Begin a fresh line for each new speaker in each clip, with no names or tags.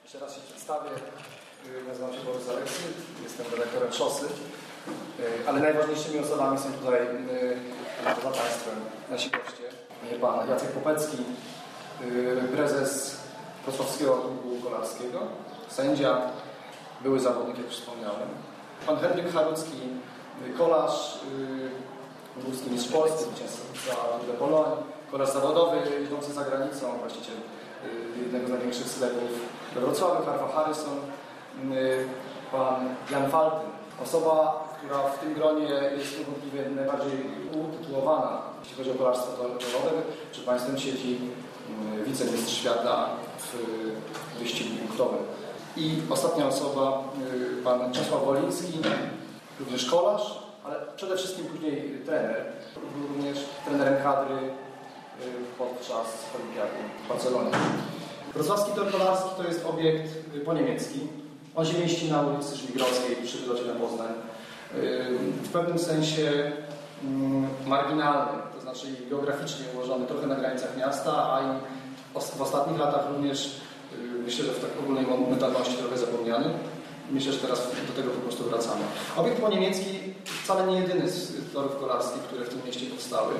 Jeszcze raz się przedstawię. Nazywam się Borys Aleksy, jestem redaktorem Szosy, ale najważniejszymi osobami są tutaj poza Państwem nasi goście. Pan Jacek Popecki, prezes Wrocławskiego Klubu Kolarskiego, sędzia, były zawodnik, jak już wspomniałem. Pan Henryk Harucki, kolarz, górski mistrz Polski, zwycięzca Tour de Pologne, kolarz zawodowy idący za granicą, właściciel jednego z największych sklepów we Wrocławiu, Harfa Harrison, pan Jan Faltyn, osoba, która w tym gronie jest niewątpliwie najbardziej utytułowana, jeśli chodzi o kolarstwo torowe. Przed Państwem siedzi wicemistrz świata w wyścigu punktowym. I ostatnia osoba, pan Czesław Woliński, również kolarz, ale przede wszystkim później trener. Był również trenerem kadry podczas olimpiady w Barcelonie. Wrocławski Tor Kolarski to jest obiekt po-niemiecki. On się mieści na ulicy Żmigrodzkiej przy wylocie na Poznań. W pewnym sensie marginalny, to znaczy geograficznie ułożony trochę na granicach miasta, a i w ostatnich latach również, myślę, że w tak ogólnej mentalności trochę zapomniany. Myślę, że teraz do tego po prostu wracamy. Obiekt po-niemiecki wcale nie jedyny z torów kolarskich, które w tym mieście powstały.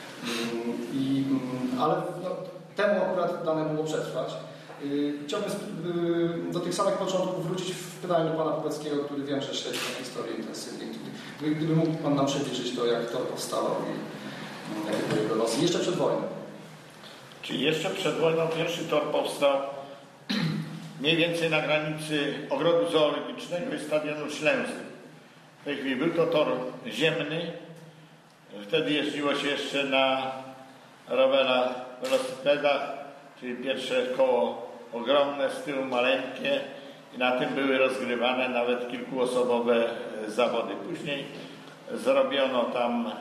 Ale temu akurat dane było przetrwać. Chciałbym do tych samych początków wrócić w pytaniu do pana Popeckiego, który wiem, że śledzi tę historię intensywnie. Gdyby mógł pan nam przybliżyć to, jak tor powstawał i jakie były jego losy. Jeszcze przed wojną.
Czyli jeszcze przed wojną pierwszy tor powstał mniej więcej na granicy Ogrodu Zoologicznego i Stadionu Ślęzy. W tej chwili był to tor ziemny. Wtedy jeździło się jeszcze na rowerach, velocipedach, czyli pierwsze koło ogromne, z tyłu maleńkie i na tym były rozgrywane nawet kilkuosobowe zawody. Później zrobiono tam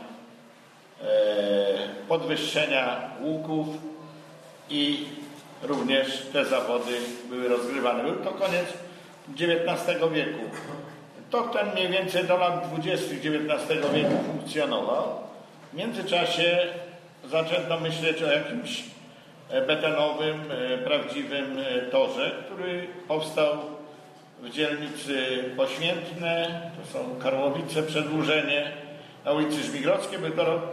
podwyższenia łuków i również te zawody były rozgrywane. Był to koniec XIX wieku. To ten mniej więcej do lat 20. XIX wieku funkcjonował. W międzyczasie zaczęto myśleć o jakimś betonowym, prawdziwym torze, który powstał w dzielnicy Poświętne, to są Karłowice, Przedłużenie, na ulicy Żmigrodzkiej, był to rok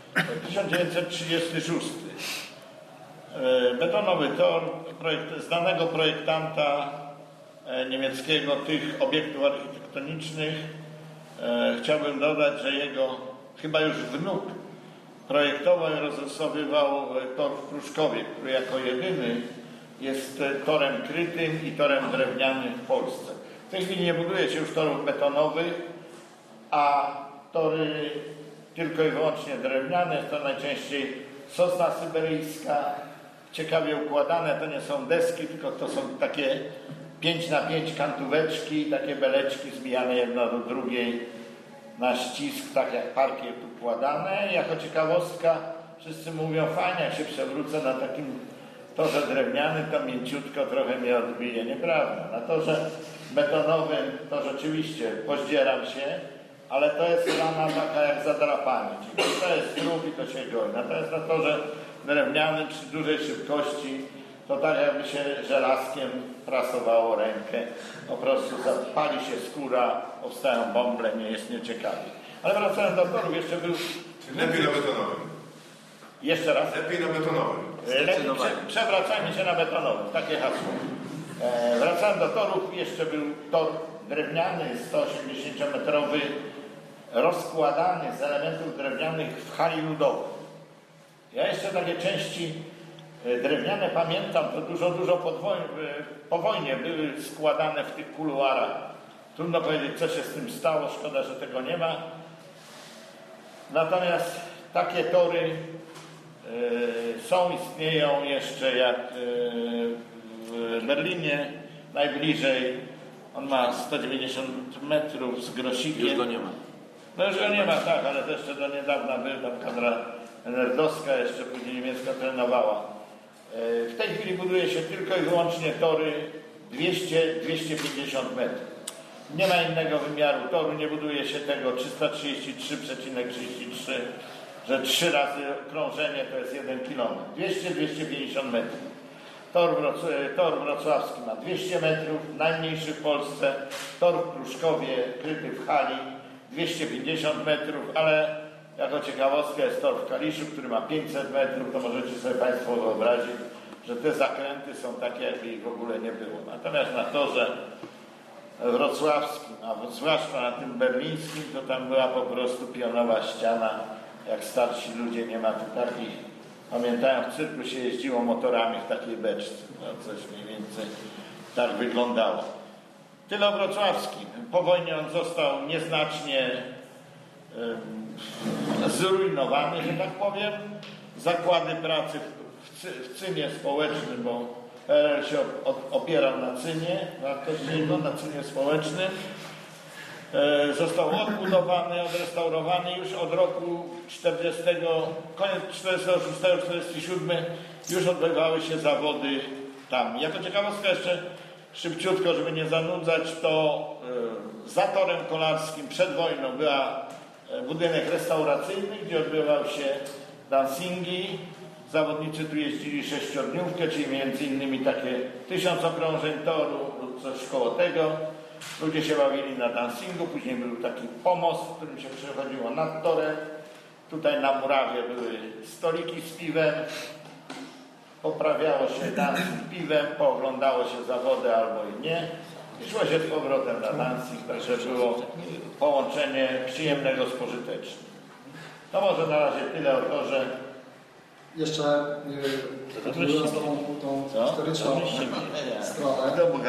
1936. Betonowy tor znanego projektanta niemieckiego tych obiektów architektonicznych. Chciałbym dodać, że jego chyba już wnuk projektował i rozrysowywał tor w Pruszkowie, który jako jedyny jest torem krytym i torem drewnianym w Polsce. W tej chwili nie buduje się już torów betonowych, a tory tylko i wyłącznie drewniane. Jest to najczęściej sosna syberyjska, ciekawie układane. To nie są deski, tylko to są takie 5x5 kantóweczki, takie beleczki zbijane jedna do drugiej na ścisk, tak jak parkiet układane. Jako ciekawostka wszyscy mówią, fajnie, jak się przewrócę na takim torze drewnianym, to mięciutko trochę mnie odbije. Nieprawda. Na torze betonowym to rzeczywiście pozdzieram się, ale to jest rana taka jak zadrapanie. Czyli to jest grób i to się goi. Natomiast na torze drewnianym przy dużej szybkości to tak jakby się żelazkiem prasowało rękę. Po prostu zapali się skóra, powstają bąble, nie jest nieciekawie. Ale wracając do torów, jeszcze był...
Lepiej na betonowym.
Jeszcze raz?
Lepiej na betonowym.
Przewracajmy się na betonowym, takie hasło. Wracając do torów, jeszcze był tor drewniany, 180-metrowy, rozkładany z elementów drewnianych w hali ludowej. Ja jeszcze takie części drewniane pamiętam, to dużo po wojnie były składane w tych kuluarach. Trudno powiedzieć, co się z tym stało, szkoda, że tego nie ma. Natomiast takie tory istnieją jeszcze jak w Berlinie, najbliżej. On ma 190 metrów z Grosikiem.
Już go nie ma.
No już go nie ma, tak, ale to jeszcze do niedawna był tam kadra nerdowska, jeszcze później niemiecka trenowała. W tej chwili buduje się tylko i wyłącznie tory 200-250 metrów. Nie ma innego wymiaru toru, nie buduje się tego 333,33, że 3 razy krążenie to jest 1 km. 200-250 metrów. Tor wrocławski ma 200 metrów, najmniejszy w Polsce. Tor w Pruszkowie, kryty w hali, 250 metrów, ale jako ciekawostka jest tor w Kaliszu, który ma 500 metrów, to możecie sobie Państwo wyobrazić, że te zakręty są takie, jakby ich w ogóle nie było. Natomiast na torze wrocławskim, a zwłaszcza na tym berlińskim, to tam była po prostu pionowa ściana, jak starsi ludzie, nie ma tu takich. Pamiętają, w cyrku się jeździło motorami w takiej beczce. No, coś mniej więcej tak wyglądało. Tyle o wrocławskim. Po wojnie on został nieznacznie zrujnowany, że tak powiem. Zakłady pracy w cynie społecznym, bo PRL się opierał na cynie, na cynie społecznym. Został odbudowany, odrestaurowany już od roku 40, koniec 46-47 już odbywały się zawody tam. Jako ciekawostka jeszcze szybciutko, żeby nie zanudzać, to za torem kolarskim przed wojną była budynek restauracyjny, gdzie odbywał się dancingi. Zawodnicy tu jeździli 6-dniówkę, czyli między innymi takie 1000 okrążeń toru lub coś koło tego. Ludzie się bawili na dancingu, później był taki pomost, w którym się przechodziło nad torem. Tutaj na murawie były stoliki z piwem. Poprawiało się dancing piwem, pooglądało się zawody albo i nie. I szło się z powrotem na dancing, także było połączenie przyjemnego z pożytecznym. No może na razie tyle o torze.
Jeszcze kontynuując tą historyczną stronę,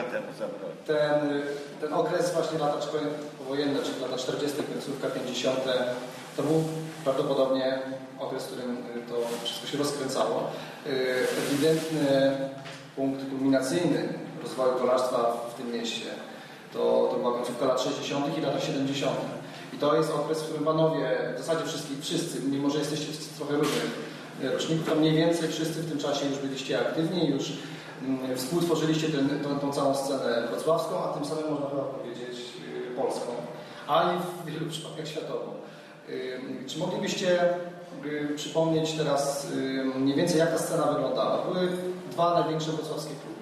ten okres właśnie lata powojenne, czyli lata 40., końcówka 50., to był prawdopodobnie okres, w którym to wszystko się rozkręcało. Ewidentny punkt kulminacyjny rozwoju kolarstwa w tym mieście to była końcówka lat 60. i lata 70. I to jest okres, w którym panowie, w zasadzie wszyscy, mimo że jesteście z trochę różnych roczników, to mniej więcej wszyscy w tym czasie już byliście aktywni, już współtworzyliście tą całą scenę wrocławską, a tym samym można chyba powiedzieć polską, a i w wielu przypadkach światową. Czy moglibyście przypomnieć teraz mniej więcej, jak ta scena wyglądała? Były dwa największe wrocławskie kluby.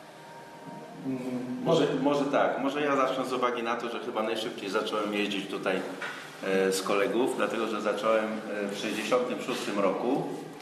Może tak. Może ja zacznę z uwagi na to, że chyba najszybciej zacząłem jeździć tutaj z kolegów, dlatego że zacząłem w 1966 roku.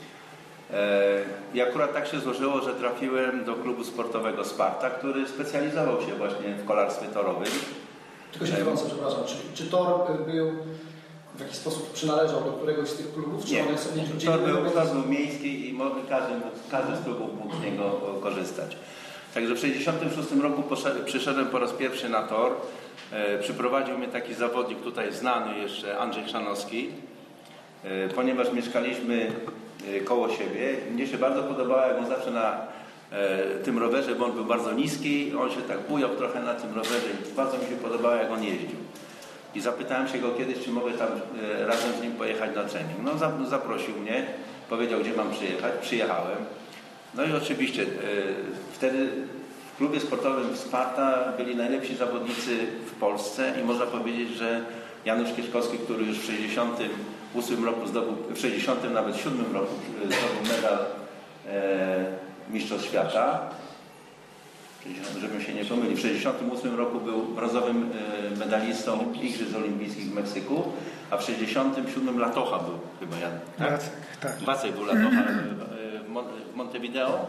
I akurat tak się złożyło, że trafiłem do klubu sportowego Sparta, który specjalizował się właśnie w kolarstwie torowym.
Tylko się wtrącę, przepraszam. Czy tor był w jakiś sposób przynależał do któregoś z tych klubów? Czy
nie,
one sobie
tor był miejski i każdy z klubów mógł z niego korzystać. Także w 1966 roku przyszedłem po raz pierwszy na tor. Przyprowadził mnie taki zawodnik tutaj znany jeszcze, Andrzej Chrzanowski, ponieważ mieszkaliśmy koło siebie. Mnie się bardzo podobało, jak on zawsze na tym rowerze, bo on był bardzo niski, on się tak bujał trochę na tym rowerze i bardzo mi się podobało, jak on jeździł. I zapytałem się go kiedyś, czy mogę tam razem z nim pojechać na trening. No zaprosił mnie, powiedział, gdzie mam przyjechać. Przyjechałem. No i oczywiście wtedy w klubie sportowym Sparta byli najlepsi zawodnicy w Polsce i można powiedzieć, że Janusz Kieszkowski, który już w 1968 roku zdobył, w 1960 nawet 7 roku zdobył medal Mistrzostw Świata, żebym się nie pomylił, w 1968 roku był brązowym medalistą Igrzysk Olimpijskich w Meksyku, a w 1967 Latocha był chyba Jan. Tak? Wacek był Latocha w Montevideo?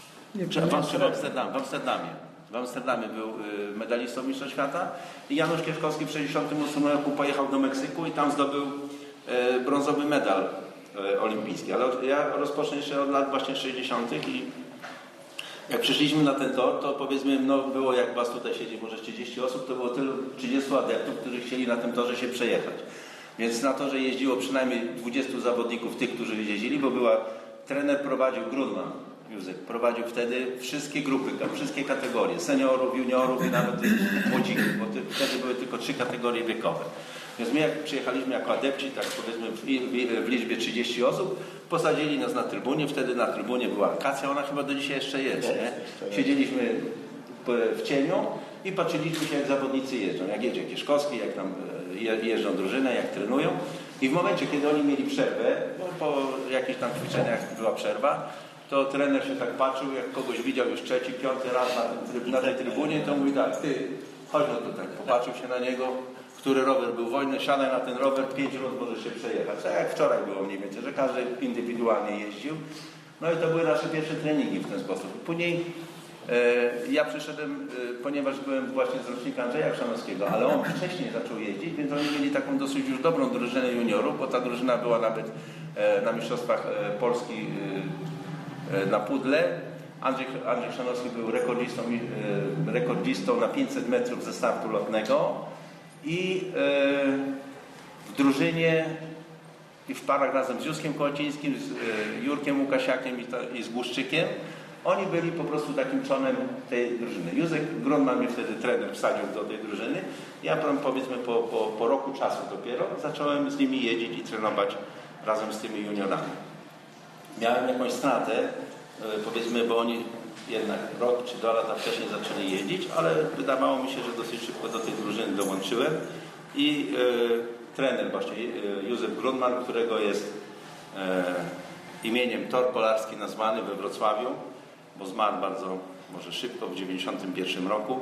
W Amsterdamie był medalistą Mistrzostw Świata i Janusz Kieszkowski w 1968 roku pojechał do Meksyku i tam zdobył brązowy medal olimpijski. Ale ja rozpocznę jeszcze od lat właśnie 60. i jak przyszliśmy na ten tor, to powiedzmy, no było jak was tutaj siedzi, może 30 osób, to było tylu 30 adeptów, którzy chcieli na tym torze się przejechać. Więc na torze jeździło przynajmniej 20 zawodników, tych, którzy jeździli, bo trener prowadził Grunman. Józef prowadził wtedy wszystkie grupy, wszystkie kategorie, seniorów, juniorów i nawet młodzików, bo wtedy były tylko 3 kategorie wiekowe. Więc my jak przyjechaliśmy jako adepci, tak powiedzmy w liczbie 30 osób, posadzili nas na trybunie, wtedy na trybunie była akacja, ona chyba do dzisiaj jeszcze jest, nie? Siedzieliśmy w cieniu i patrzyliśmy się, jak zawodnicy jeżdżą, jak jedzie Kieszkowski, jak tam jeżdżą drużynę, jak trenują i w momencie, kiedy oni mieli przerwę, bo po jakichś tam ćwiczeniach była przerwa, to trener się tak patrzył, jak kogoś widział już trzeci, piąty raz na tej trybunie, to mówi tak, ty, chodź no tutaj. Popatrzył się na niego, który rower był wojny, siadaj na ten rower, 5 rund możesz się przejechać. Tak jak wczoraj było mniej więcej, że każdy indywidualnie jeździł. No i to były nasze pierwsze treningi w ten sposób. Później ja przyszedłem, ponieważ byłem właśnie z rocznika Andrzeja Chrzanowskiego, ale on wcześniej zaczął jeździć, więc oni mieli taką dosyć już dobrą drużynę juniorów, bo ta drużyna była nawet na Mistrzostwach Polski na pudle. Andrzej Chrzanowski był rekordzistą na 500 metrów ze startu lotnego i w drużynie i w parach razem z Józkiem Kołacińskim, z Jurkiem Łukasiakiem i z Głuszczykiem. Oni byli po prostu takim członem tej drużyny. Józek Grunman mnie wtedy trener wsadził do tej drużyny. Ja powiedzmy po roku czasu dopiero zacząłem z nimi jeździć i trenować razem z tymi juniorami. Miałem jakąś stratę, powiedzmy, bo oni jednak rok czy 2 lata wcześniej zaczęli jeździć, ale wydawało mi się, że dosyć szybko do tej drużyny dołączyłem i trener właśnie Józef Grunman, którego jest imieniem tor kolarski nazwany we Wrocławiu, bo zmarł bardzo może szybko w 1991 roku,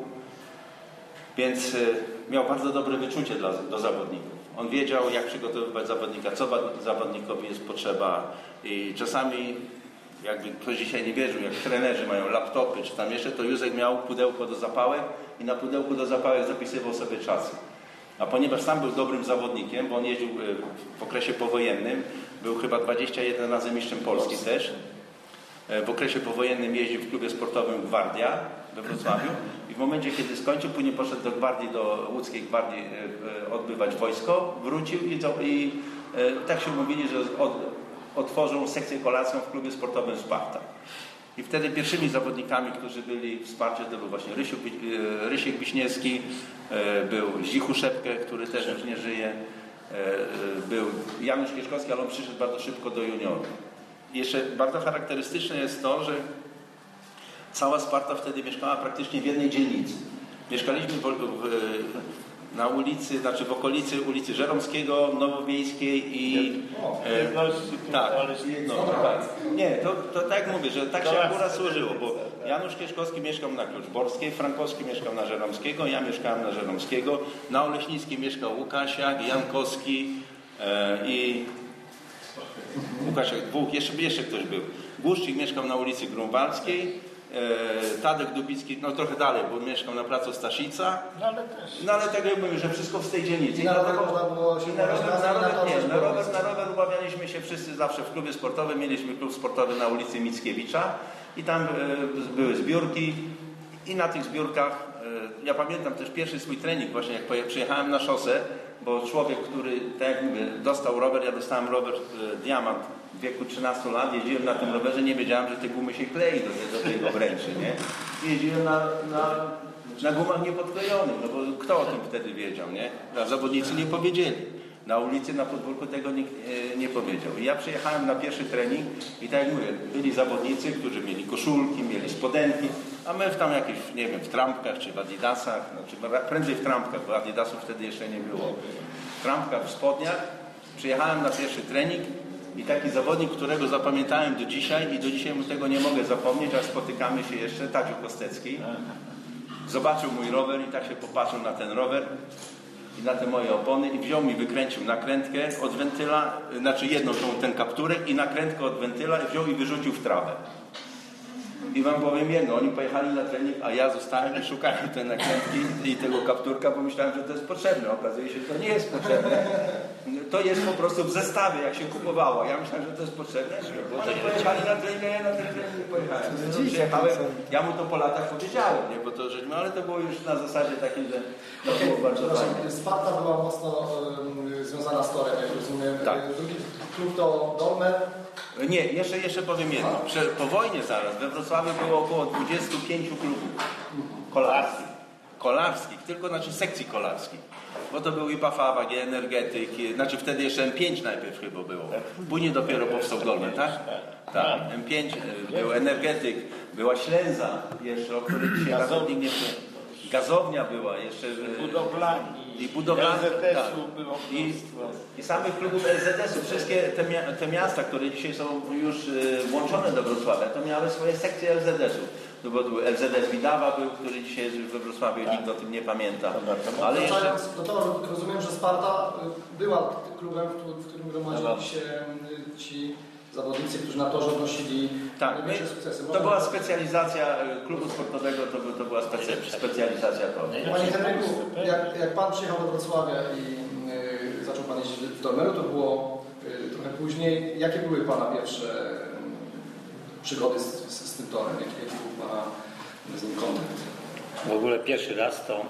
więc miał bardzo dobre wyczucie do zawodników. On wiedział, jak przygotowywać zawodnika, co zawodnikowi jest potrzeba i czasami, jakby ktoś dzisiaj nie wierzył, jak trenerzy mają laptopy czy tam jeszcze, to Józek miał pudełko do zapałek i na pudełku do zapałek zapisywał sobie czasy. A ponieważ sam był dobrym zawodnikiem, bo on jeździł w okresie powojennym, był chyba 21 razy mistrzem Polski też. W okresie powojennym jeździł w klubie sportowym Gwardia we Wrocławiu i w momencie, kiedy skończył, później poszedł do Gwardii, do łódzkiej Gwardii odbywać wojsko, wrócił i tak się umówili, że otworzą sekcję kolarską w klubie sportowym Sparta. I wtedy pierwszymi zawodnikami, którzy byli wsparcie, to był właśnie Rysiek Wiśniewski, był Zdzichu Szepkę, który też już nie żyje, był Janusz Kieszkowski, ale on przyszedł bardzo szybko do juniorów. I jeszcze bardzo charakterystyczne jest to, że cała Sparta wtedy mieszkała praktycznie w jednej dzielnicy. Mieszkaliśmy na ulicy, znaczy w okolicy ulicy Żeromskiego, Nowowiejskiej i... tak, nie, to tak jak mówię, że tak się akurat służyło, bo Janusz Kieszkowski mieszkał na Kluczborskiej, Frankowski mieszkał na Żeromskiego, ja mieszkałem na Żeromskiego, na Oleśnickiej mieszkał Łukasiak, Jankowski i... Łukasiak, jeszcze ktoś był. Głuszczyk mieszkał na ulicy Grunwaldzkiej, Tadek Dubicki, no trochę dalej, bo mieszkał na placu Staszica. No ale tak jak mówię, że wszystko w tej dzielnicy.
I na rower można było się
na rower umawialiśmy się wszyscy zawsze w klubie sportowym. Mieliśmy klub sportowy na ulicy Mickiewicza i tam były zbiórki i na tych zbiórkach, ja pamiętam też pierwszy swój trening właśnie jak przyjechałem na szosę, bo człowiek, który, tak jak mówię, dostał rower, ja dostałem rower Diamant w wieku 13 lat, jeździłem na tym rowerze, nie wiedziałem, że te gumy się klei do tej obręczy, nie? Jeździłem na gumach niepodklejonych, no bo kto o tym wtedy wiedział, nie? A zawodnicy nie powiedzieli. Na ulicy, na podwórku tego nikt nie powiedział. I ja przyjechałem na pierwszy trening i tak jak mówię, byli zawodnicy, którzy mieli koszulki, mieli spodenki, a my w tam jakieś, nie wiem, w trampkach czy w adidasach, znaczy prędzej w trampkach, bo adidasów wtedy jeszcze nie było. W trampkach, w spodniach. Przyjechałem na pierwszy trening i taki zawodnik, którego zapamiętałem do dzisiaj i do dzisiaj mu tego nie mogę zapomnieć, a spotykamy się jeszcze, Tadziu Kostecki. Zobaczył mój rower i tak się popatrzył na ten rower i na te moje opony i wziął mi, wykręcił nakrętkę od wentyla, znaczy jedną ten kapturek i nakrętkę od wentyla i wziął i wyrzucił w trawę. I wam powiem jedno, oni pojechali na trening, a ja zostałem i szukałem tej nakrętki i tego kapturka, bo myślałem, że to jest potrzebne. Okazuje się, że to nie jest potrzebne. To jest po prostu w zestawie, jak się kupowało. Ja myślałem, że to jest potrzebne, bo oni pojechali na trening, a ja na ten trening nie pojechałem. Przyjechałem, ja mu to po latach powiedziałem, nie? Bo to, ale to było już na zasadzie takiej, że to było bardzo fajne.
Sparta była mocno związana z torem, jak rozumiem.
Tak.
Drugi klub to Dolmer.
Nie, jeszcze powiem jedno. Po wojnie zaraz we Wrocławiu było około 25 klubów kolarskich, tylko znaczy sekcji kolarskich. Bo to był i Pafawa, i Energetyk, znaczy wtedy jeszcze M5 najpierw chyba było. Później dopiero powstał Dolmen, tak? Tak. M5 był Energetyk, była Ślęza jeszcze, o której dzisiaj nikt nie wie. gazownia była, jeszcze
Budowlani,
i budowlani,
LZS-u
tak.
było
I,
mnóstwo.
I samych klubów LZS-u, wszystkie te miasta, które dzisiaj są już włączone do Wrocławia, to miały swoje sekcje LZS-u. No bo był LZS Widawa był, który dzisiaj jest już we Wrocławiu, nikt o tym nie pamięta. Ale jeszcze...
Wracając do toru, rozumiem, że Sparta była klubem, w którym gromadzili się ci zawodnicy, którzy na torze odnosili największe sukcesy.
To była specjalizacja klubu sportowego, to była specjalizacja toru.
Panie Henryku, jak Pan przyjechał do Wrocławia i zaczął Pan jeździć w Tormeru, to było trochę później. Jakie były Pana pierwsze przygody z tym torem? Jaki był Pana z nim kontakt?
W ogóle pierwszy raz to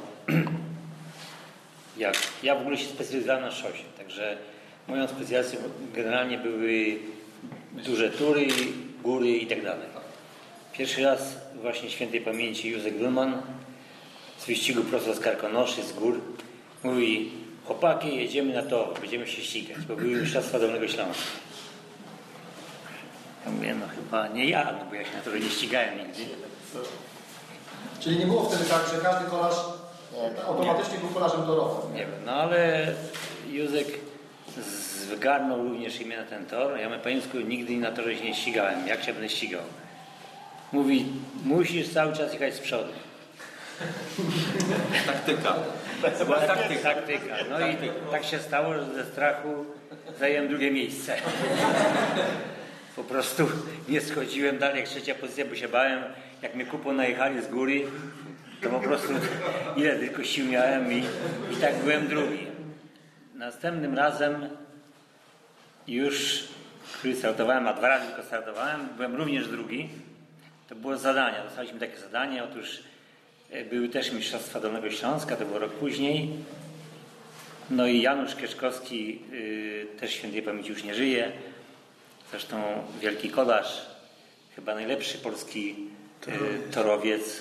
ja w ogóle się specjalizowałem na szosie, także moją specjalizacją generalnie były duże tury, góry i tak dalej. Pierwszy raz właśnie świętej pamięci Józef Grunman z wyścigu prosto z Karkonoszy, z gór, mówi: chłopaki, jedziemy na tor, będziemy się ścigać, bo były mistrzostwa Dolnego Śląska. Ja mówię, no chyba nie ja, no bo ja się na torze nie ścigałem nigdy.
Czyli nie było wtedy tak, że każdy kolarz automatycznie był kolarzem torowym.
Nie wiem, no ale Józek zgarnął również imię na ten tor. Ja panie Józku, nigdy na torze się nie ścigałem. Jak się będę ścigał? Mówi, musisz cały czas jechać z przodu.
Taktyka. To była taktyka.
No i tak się stało, że ze strachu zająłem drugie miejsce. Po prostu nie schodziłem dalej jak trzecia pozycja, bo się bałem, jak mnie kupą najechali z góry, to po prostu ile tylko sił miałem i tak byłem drugi. Następnym razem już, który startowałem, a 2 razy tylko startowałem, byłem również drugi. To było zadania, dostaliśmy takie zadanie, otóż były też mistrzostwa Dolnego Śląska, to było rok później. No i Janusz Kieszkowski, też świętej pamięci już nie żyje, zresztą wielki kolarz, chyba najlepszy polski torowiec.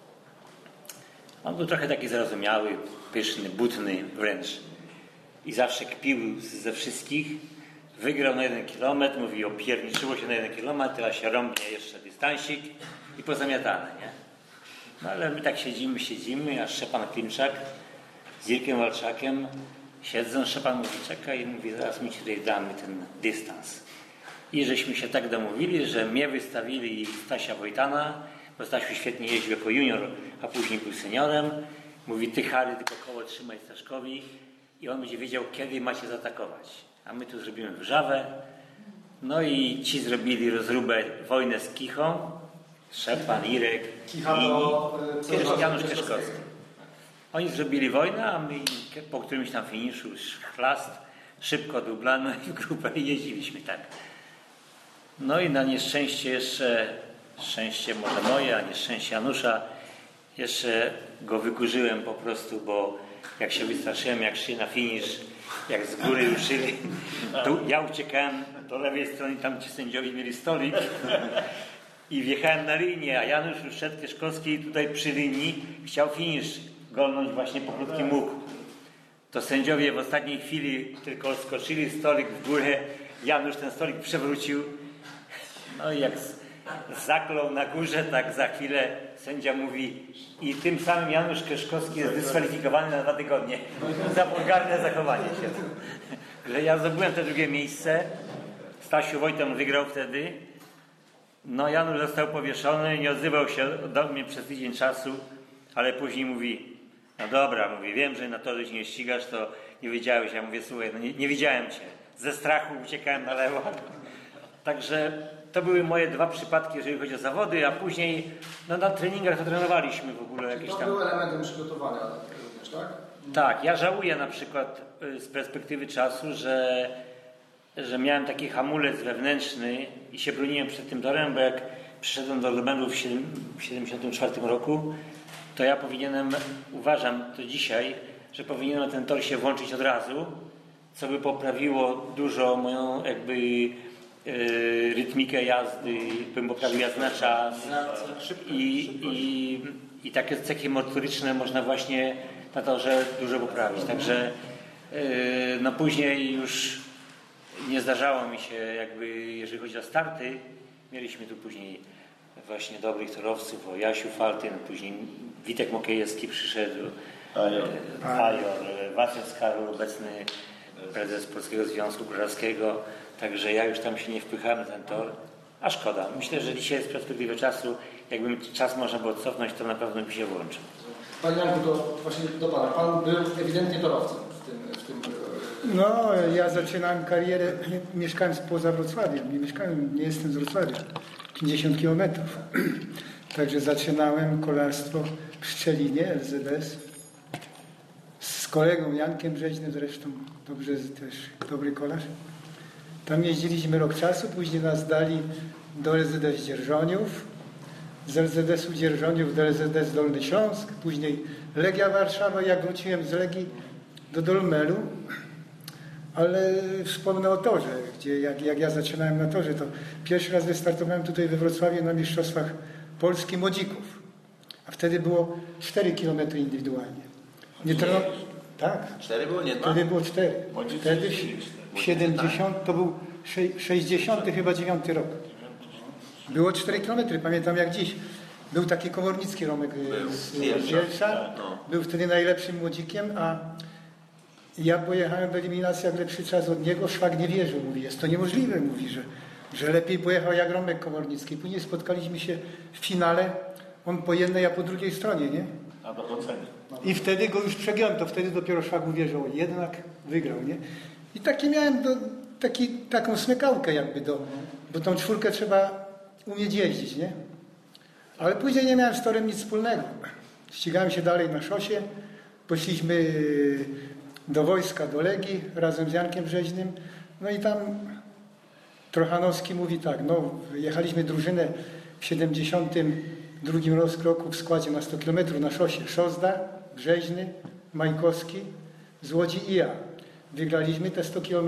On był trochę taki zarozumiały, pyszny, butny wręcz. I zawsze kpił ze wszystkich. Wygrał na 1 kilometr, mówi, opierniczyło się na 1 kilometr, a się rąbnie jeszcze dystansik i pozamiatane, nie? No ale my tak siedzimy, a Szczepan Klimczak z Jirkiem Walczakiem siedzą. Szczepan mówi, czekaj, mówi, zaraz my ci tutaj damy ten dystans. I żeśmy się tak domówili, że mnie wystawili Stasia Wojtana, bo Stasiu świetnie jeździł jako junior, a później był seniorem. Mówi, ty Harry, tylko koło trzymaj Staszkowi i on będzie wiedział, kiedy macie zaatakować. A my tu zrobimy wrzawę. No i ci zrobili rozróbę, wojnę z Kichą. Szczepan, Irek i Janusz Kieszkowski. Oni zrobili wojnę, a my po którymś tam finiszu chlast, szybko dublano i w grupę jeździliśmy tak. No i na nieszczęście jeszcze, szczęście może moje, a nieszczęście Janusza, jeszcze go wykurzyłem po prostu, bo jak się wystraszyłem, jak szli na finisz, jak z góry ruszyli, to ja uciekałem do lewej strony, tam ci sędziowie mieli stolik i wjechałem na linię, a Janusz już szedł Kieszkowski tutaj przy linii, chciał finisz golnąć właśnie po krótkim łuku. To sędziowie w ostatniej chwili tylko skoczyli stolik w górę, Janusz ten stolik przewrócił, no i jak zaklął na górze, tak za chwilę sędzia mówi i tym samym Janusz Kieszkowski jest dyskwalifikowany na 2 tygodnie za wulgarne zachowanie się. Że ja zdobyłem te drugie miejsce, Stasiu Wojtan wygrał wtedy, no Janusz został powieszony, nie odzywał się do mnie przez tydzień czasu, ale później mówi, no dobra, mówi, wiem, że na torze się nie ścigasz, to nie wiedziałeś. Ja mówię, słuchaj, no nie widziałem cię. Ze strachu uciekałem na lewo. Także to były moje 2 przypadki, jeżeli chodzi o zawody, a później no, na treningach to trenowaliśmy w ogóle jakieś
to
tam...
był elementem przygotowania również, tak?
Tak, ja żałuję na przykład z perspektywy czasu, że miałem taki hamulec wewnętrzny i się broniłem przed tym torem, bo jak przyszedłem do Lublinu w 1974 roku, to ja powinienem, uważam to dzisiaj, że powinienem na ten tor się włączyć od razu, co by poprawiło dużo moją jakby rytmikę jazdy, bym poprawił jazdę na czas i takie cechy motoryczne można właśnie na torze dużo poprawić. Także no później już nie zdarzało mi się jakby, jeżeli chodzi o starty, mieliśmy tu później właśnie dobrych torowców, o Jasiu Faltyn, później Witek Mokiejewski przyszedł,
Ajor.
Ajor, Wacek Karol, obecny prezes Polskiego Związku Góralskiego, także ja już tam się nie wpychałem na ten tor, a szkoda. Myślę, że dzisiaj z perspektywy czasu, jakbym czas można było cofnąć, to na pewno bym się włączył.
Panie Janku, to właśnie do Pana. Pan był ewidentnie torowcem w tym
No, ja zaczynałem karierę mieszkając poza Wrocławiem. Nie jestem z Wrocławia. 50 kilometrów. Także zaczynałem kolarstwo w Szczelinie, LZS. Z kolegą Jankiem Brzeźnym, zresztą dobrze, też dobry kolarz. Tam jeździliśmy rok czasu, później nas dali do LZS Dzierżoniów. Z LZS-u Dzierżoniów do LZS Dolny Śląsk, później Legia Warszawa. Jak wróciłem z Legii do Dolmelu, ale wspomnę o torze, gdzie jak ja zaczynałem na torze, to pierwszy raz wystartowałem tutaj we Wrocławiu na Mistrzostwach Polski Młodzików. A wtedy było 4 km indywidualnie. Nie treno... Tak.
4 było, nie 2?
Wtedy było 4.
Młodzicy
Wtedy
śliczne.
w 70, to był 60 chyba 9 rok. Było 4 km, pamiętam jak dziś. Był taki Komornicki Romek z Bielsza.
No.
Był wtedy najlepszym młodzikiem, a ja pojechałem w eliminacjach lepszy czas od niego. Szwag nie wierzył, mówi, jest to niemożliwe, mówi, że lepiej pojechał jak Romek Komornicki. Później spotkaliśmy się w finale, on po jednej, ja po drugiej stronie, nie?
Na dochodzenie.
I wtedy go już przegiąłem, to wtedy dopiero Szwag uwierzył, jednak wygrał, nie? I takie miałem taką smykałkę jakby bo tą czwórkę trzeba umieć jeździć, nie? Ale później nie miałem z torem nic wspólnego. Ścigałem się dalej na szosie, poszliśmy do wojska, do Legii razem z Jankiem Brzeźnym, no i tam Trochanowski mówi tak, no jechaliśmy drużynę w 72 roku w składzie na 100 km na szosie. Szozda, Brzeźny, Majkowski, z Łodzi i ja. Wygraliśmy te 100 km.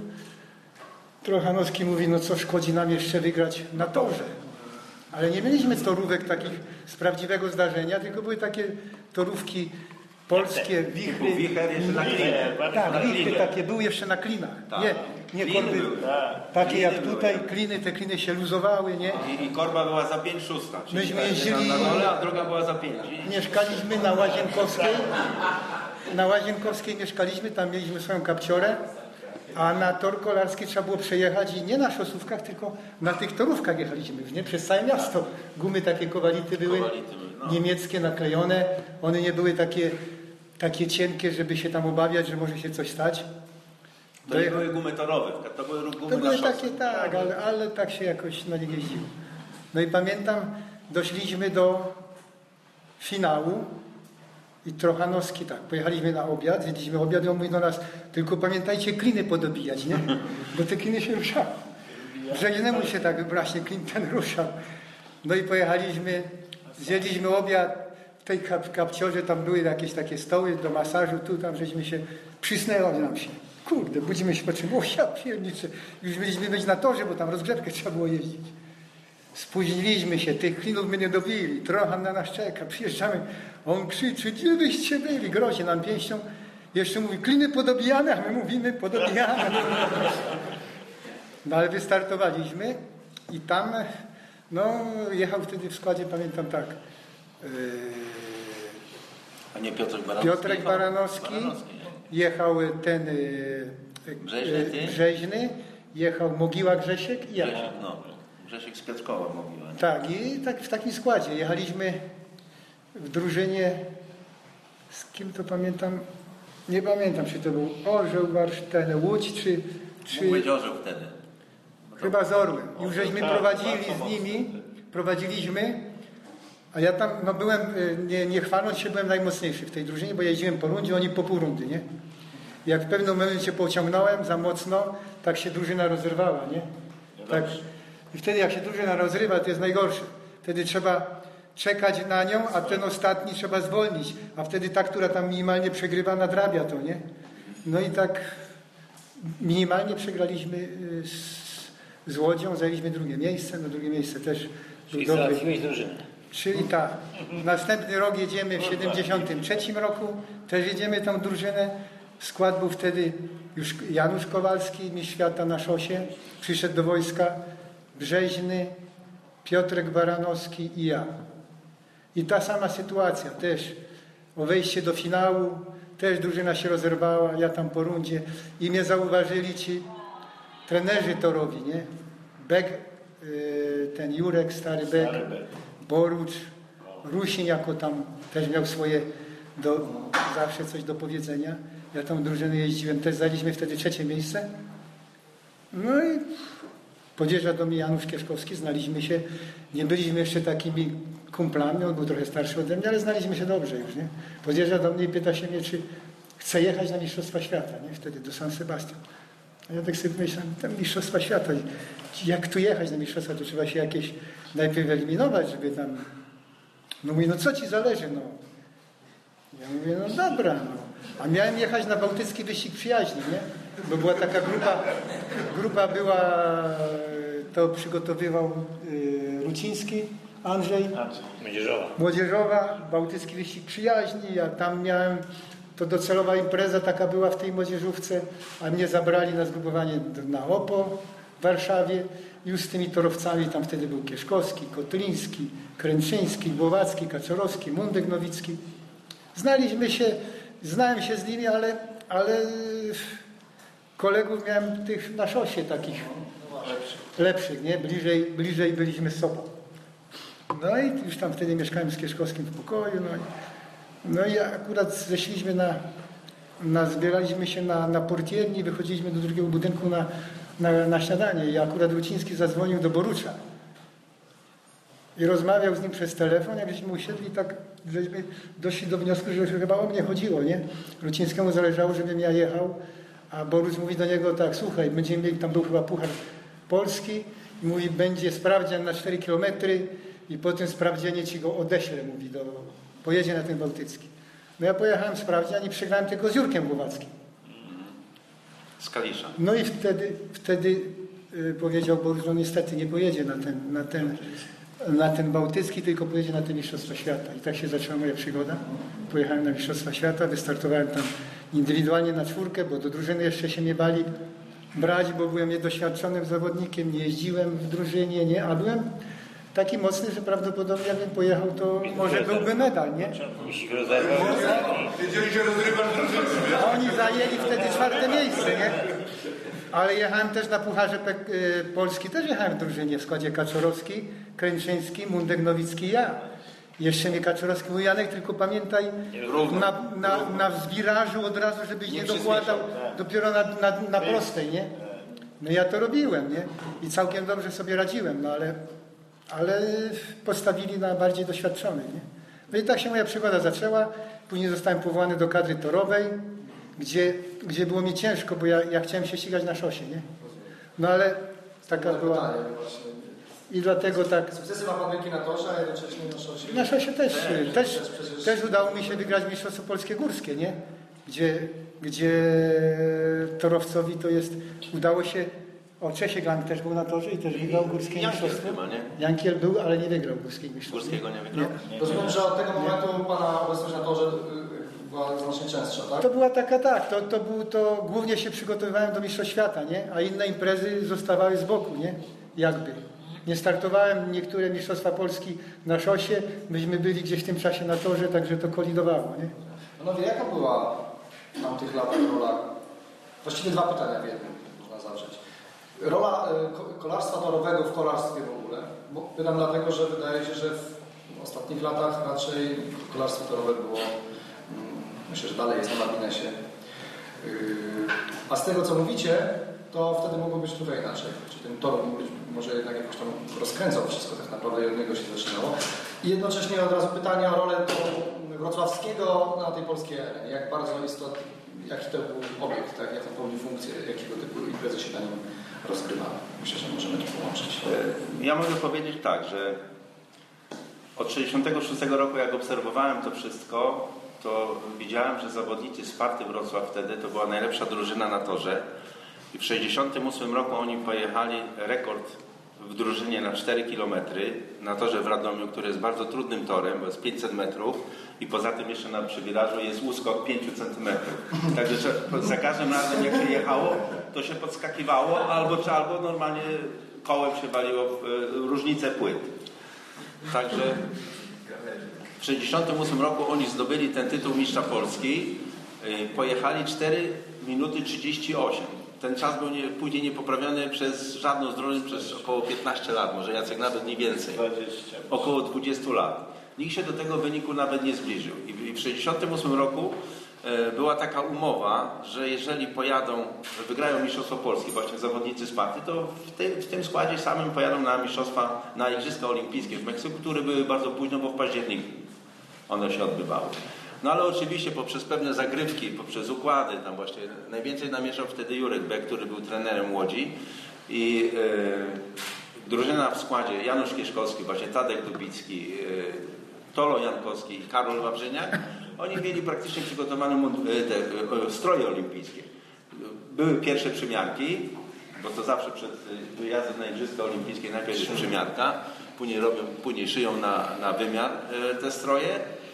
Trochanowski mówi, no co szkodzi nam jeszcze wygrać na torze. Ale nie mieliśmy torówek takich z prawdziwego zdarzenia, tylko były takie torówki polskie, wichry.
Wicher jeszcze na klinę.
Tak, wichry takie były jeszcze na klinach.
Tak.
Nie
Kliny
korby.
były.
Takie
Kliny
jak
były.
tutaj, te kliny się luzowały, nie?
I korba była za 5 szósta. Czyli
Myśmy
ta
jeździli-
na dole, a druga była za 5.
Mieszkaliśmy na Łazienkowskiej. Na Łazienkowskiej mieszkaliśmy, tam mieliśmy swoją kapciorę, a na tor kolarski trzeba było przejechać i nie na szosówkach, tylko na tych torówkach jechaliśmy już, nie? Przez całe miasto. Gumy takie kowality były, niemieckie, naklejone. One nie były takie cienkie, żeby się tam obawiać, że może się coś stać.
To nie były gumy torowe, to były gumy
To
na
były
szosę.
takie, tak, ale tak się jakoś na nich jeździło. No i pamiętam, doszliśmy do finału i Trochanowski tak, pojechaliśmy na obiad, zjedliśmy obiad i on mówi do nas, tylko pamiętajcie kliny podobijać, nie? Bo te kliny się ruszały. Brzeźnemu się tak właśnie klin ten ruszał. No i pojechaliśmy, zjedliśmy obiad w tej kapciorze, tam były jakieś takie stoły do masażu, tu tam żeśmy się, przysnęło nam się. Kurde, budzimy się po czym, ja pierniczę, już mieliśmy być na torze, bo tam rozgrzewkę trzeba było jeździć. Spóźniliśmy się, tych klinów my nie dobili, Trochan na nas czeka, przyjeżdżamy, on krzyczy, gdzie byście byli, grozi nam pięścią, jeszcze mówi, kliny podobijane, a my mówimy podobijane. No ale wystartowaliśmy i tam, no jechał wtedy w składzie, pamiętam tak,
A nie Piotrek Baranowski?
Piotrek Baranowski, jechał ten
Brzeźny, ty?
Brzeźny, jechał Mogiła Grzesiek i ja.
Grzesiek, no. Grzesiek z Piotrkowa mówiła.
Tak, i tak w takim składzie jechaliśmy w drużynie, z kim to pamiętam, nie pamiętam, czy to był Orzeł, ten Łódź, czy
Mógł być orzeł wtedy.
chyba z Orłem. Już żeśmy prowadziliśmy, a ja tam no byłem, nie chwaląc się, byłem najmocniejszy w tej drużynie, bo jeździłem po rundzie, oni po pół rundy, nie? Jak w pewnym momencie pociągnąłem za mocno, tak się drużyna rozrywała, nie? Tak. I wtedy jak się drużyna rozrywa, to jest najgorsze. Wtedy trzeba czekać na nią, a ten ostatni trzeba zwolnić. A wtedy ta, która tam minimalnie przegrywa, nadrabia to, nie? No i tak minimalnie przegraliśmy z Łodzią, zajęliśmy drugie miejsce, no drugie miejsce też
Czyli
był dobry.
załatwiłeś drużynę.
Czyli tak, następny rok jedziemy w 73 roku, też jedziemy tą drużynę. Skład był wtedy już Janusz Kowalski, mistrz świata na szosie, przyszedł do wojska, Brzeźny, Piotrek Baranowski i ja. I ta sama sytuacja też, o wejście do finału, też drużyna się rozerwała, ja tam po rundzie i mnie zauważyli ci trenerzy torowi, nie? Bek, ten Jurek, stary Bek, Borucz, Rusin jako tam też miał swoje, zawsze coś do powiedzenia. Ja tam drużynę jeździłem, też zajęliśmy wtedy 3. miejsce. No i podjeżdża do mnie Janusz Kieszkowski, znaliśmy się, nie byliśmy jeszcze takimi kumplami, on był trochę starszy ode mnie, ale znaliśmy się dobrze już, nie? Podjeżdża do mnie i pyta się mnie, czy chcę jechać na Mistrzostwa Świata, nie? Wtedy do San Sebastian. A ja tak sobie myślałem, tam Mistrzostwa Świata, jak tu jechać na Mistrzostwa, to trzeba się jakieś najpierw eliminować, żeby tam... No mówi, no co ci zależy, no? Ja mówię, no dobra, no. A miałem jechać na Bałtycki Wyścig Przyjaźni, nie? Bo była taka grupa była, to przygotowywał Ruciński, Andrzej. Młodzieżowa, Bałtycki Wyścig Przyjaźni, ja tam miałem, to docelowa impreza taka była w tej młodzieżówce, a mnie zabrali na zgrupowanie na OPO w Warszawie. Już z tymi torowcami, tam wtedy był Kieszkowski, Kotliński, Kręczyński, Głowacki, Kaczorowski, Mundek Nowicki. Znałem się z nimi, ale kolegów miałem tych na szosie takich lepszych, nie? Bliżej byliśmy z sobą. No i już tam wtedy mieszkałem z Kieszkowskim w pokoju, no i akurat zeszliśmy zbieraliśmy się na portierni, wychodziliśmy do drugiego budynku na śniadanie i akurat Ruciński zadzwonił do Borucza i rozmawiał z nim przez telefon, jak żeśmy usiedli, tak żeśmy doszli do wniosku, że chyba o mnie chodziło, nie? Rucińskiemu zależało, żebym ja jechał, a Borucz mówi do niego tak, słuchaj, będziemy mieli, tam był chyba Puchar Polski i mówi, będzie sprawdzian na 4 kilometry i po tym sprawdzianie ci go odeślę, mówi, pojedzie na ten Bałtycki. No ja pojechałem sprawdzian i przegrałem tylko z Jurkiem Głowackim.
Z Kalisza.
No i wtedy powiedział Borucz, że niestety nie pojedzie na ten Bałtycki, tylko pojedzie na te Mistrzostwa Świata. I tak się zaczęła moja przygoda. Pojechałem na Mistrzostwa Świata, wystartowałem tam indywidualnie na 4, bo do drużyny jeszcze się nie bali brać, bo byłem niedoświadczonym zawodnikiem, nie jeździłem w drużynie, nie, a byłem taki mocny, że prawdopodobnie jakbym pojechał, to może byłby medal, nie?
Wiedzieli, że rozrywasz drużynę.
A oni zajęli wtedy 4. miejsce, nie? Ale jechałem też na Pucharze Polski, też jechałem w drużynie w składzie Kaczorowski, Kręczyński, Mundek Nowicki, ja. Jeszcze mnie Kaczorowski mówił, Janek, tylko pamiętaj na wirażu od razu, żebyś nie dokładał dopiero na prostej, nie? No ja to robiłem, nie? I całkiem dobrze sobie radziłem, no ale postawili na bardziej doświadczonych, nie? No i tak się moja przygoda zaczęła. Później zostałem powołany do kadry torowej, gdzie było mi ciężko, bo ja chciałem się ścigać na szosie, nie? No ale taka była... I dlatego tak...
Sukcesy ma pan wielki na torze, a jednocześnie na szosie.
Na szosie też udało mi się wygrać Mistrzostwo Polskie Górskie, nie? Gdzie torowcowi to jest... Udało się... Czesiek Lang też był na torze i też wygrał górskie mistrzostwo. Jankiel był, ale nie wygrał górskiego mistrzostwa.
Górskiego nie wygrał?
Nie. Rozumiem, że od tego momentu pana obecność na torze była znacznie częstsza, tak?
To była taka, tak. To głównie się przygotowywałem do Mistrzostw Świata, nie? A inne imprezy zostawały z boku, nie? Jakby. Nie startowałem niektóre Mistrzostwa Polski na szosie. Myśmy byli gdzieś w tym czasie na torze, także to kolidowało, nie?
Panowie, jaka była w tamtych latach rola? Właściwie 2 pytania w jednym można zawrzeć. Rola kolarstwa torowego w kolarstwie w ogóle. Bo pytam dlatego, że wydaje się, że w ostatnich latach raczej kolarstwo torowe było, myślę, że dalej jest na marginesie. A z tego, co mówicie, to wtedy mogło być trochę inaczej. Czy ten tor mógł być może jednak jakoś tam rozkręcał wszystko tak naprawdę i od niego się zaczynało. I jednocześnie od razu pytanie o rolę wrocławskiego na tej polskiej arenie. Jak bardzo istotny, jaki to był obiekt, tak? Jak to pełni funkcję, jakiego typu imprezy się na nim rozgrywały. Myślę, że możemy to połączyć.
Ja mogę powiedzieć tak, że od 1966 roku, jak obserwowałem to wszystko, to widziałem, że zawodnicy Sparty Wrocław wtedy to była najlepsza drużyna na torze. I w 1968 roku oni pojechali rekord w drużynie na 4 km na torze w Radomiu, który jest bardzo trudnym torem, bo jest 500 metrów i poza tym jeszcze na przywirażu jest uskok 5 cm. Także za każdym razem jak się jechało, to się podskakiwało albo normalnie kołem się waliło w różnicę płyt. Także W 1968 roku oni zdobyli ten tytuł mistrza Polski. Pojechali 4 minuty 38. Ten czas był później niepoprawiony przez żadną z drużyn przez około 15 lat, może Jacek nawet nie więcej.
20.
Około 20 lat. Nikt się do tego wyniku nawet nie zbliżył. I w 1968 roku była taka umowa, że jeżeli wygrają Mistrzostwo Polskie, właśnie zawodnicy Sparty, to w tym składzie samym pojadą na Igrzyska Olimpijskie w Meksyku, które były bardzo późno, bo w październiku one się odbywały. No ale oczywiście poprzez pewne zagrywki, poprzez układy, tam właśnie najwięcej namieszał wtedy Jurek Beck, który był trenerem Łodzi i drużyna w składzie Janusz Kieszkowski, właśnie Tadek Dubicki, Tolo Jankowski i Karol Wawrzyniak, oni mieli praktycznie przygotowane stroje olimpijskie. Były pierwsze przymiarki, bo to zawsze przed wyjazdem na Igrzyska Olimpijskie najpierw jest przymiarka, później szyją na wymiar te stroje.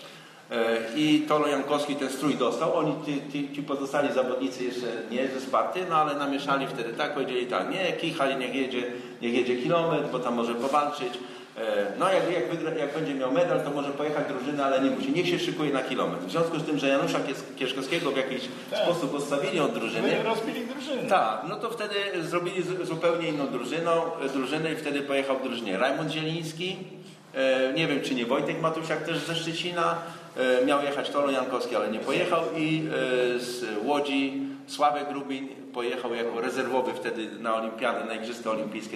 I Tolo Jankowski ten strój dostał, ci pozostali zawodnicy jeszcze nie ze Sparty, no ale namieszali wtedy tak, powiedzieli tak, nie, Kichal niech jedzie kilometr, bo tam może powalczyć, no jak będzie miał medal, to może pojechać drużyna, ale nie musi, niech się szykuje na kilometr. W związku z tym, że Janusza Kieszkowskiego w jakiś sposób odstawili od drużyny,
rozbili drużynę.
tak, no to wtedy zrobili zupełnie inną drużynę i wtedy pojechał w drużynie Rajmund Zieliński, nie wiem czy nie Wojtek Matusiak też ze Szczecina, miał jechać Tolo Jankowski, ale nie pojechał i z Łodzi Sławek Grubin pojechał jako rezerwowy wtedy na olimpiadę, na Igrzyska Olimpijskie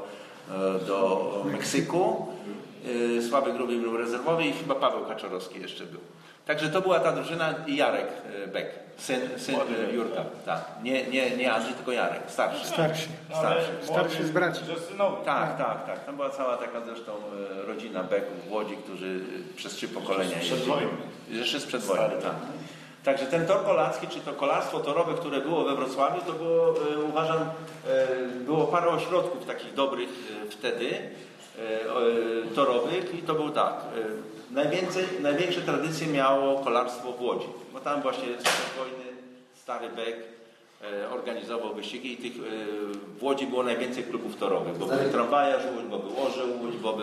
do Meksyku. Sławek Grubin był rezerwowy i chyba Paweł Kaczorowski jeszcze był. Także to była ta drużyna i Jarek Beck, syn Jurka. Tak. Nie Andrzej, tylko Jarek, starszy.
Starszy z braci.
Tak. Tam była cała taka zresztą rodzina Becków w Łodzi, którzy przez 3 pokolenia jeździli. Jeszcze sprzed wojny, tak. Także ten tor kolarski, czy to kolarstwo torowe, które było we Wrocławiu, to było, uważam, było parę ośrodków takich dobrych wtedy, torowych i to był tak. Największe tradycje miało kolarstwo w Łodzi, bo tam właśnie sprzed wojny stary Beck organizował wyścigi i tych w Łodzi było najwięcej klubów torowych, bo był Tramwajarz Łódź, bo był Orzeł Łódź, bo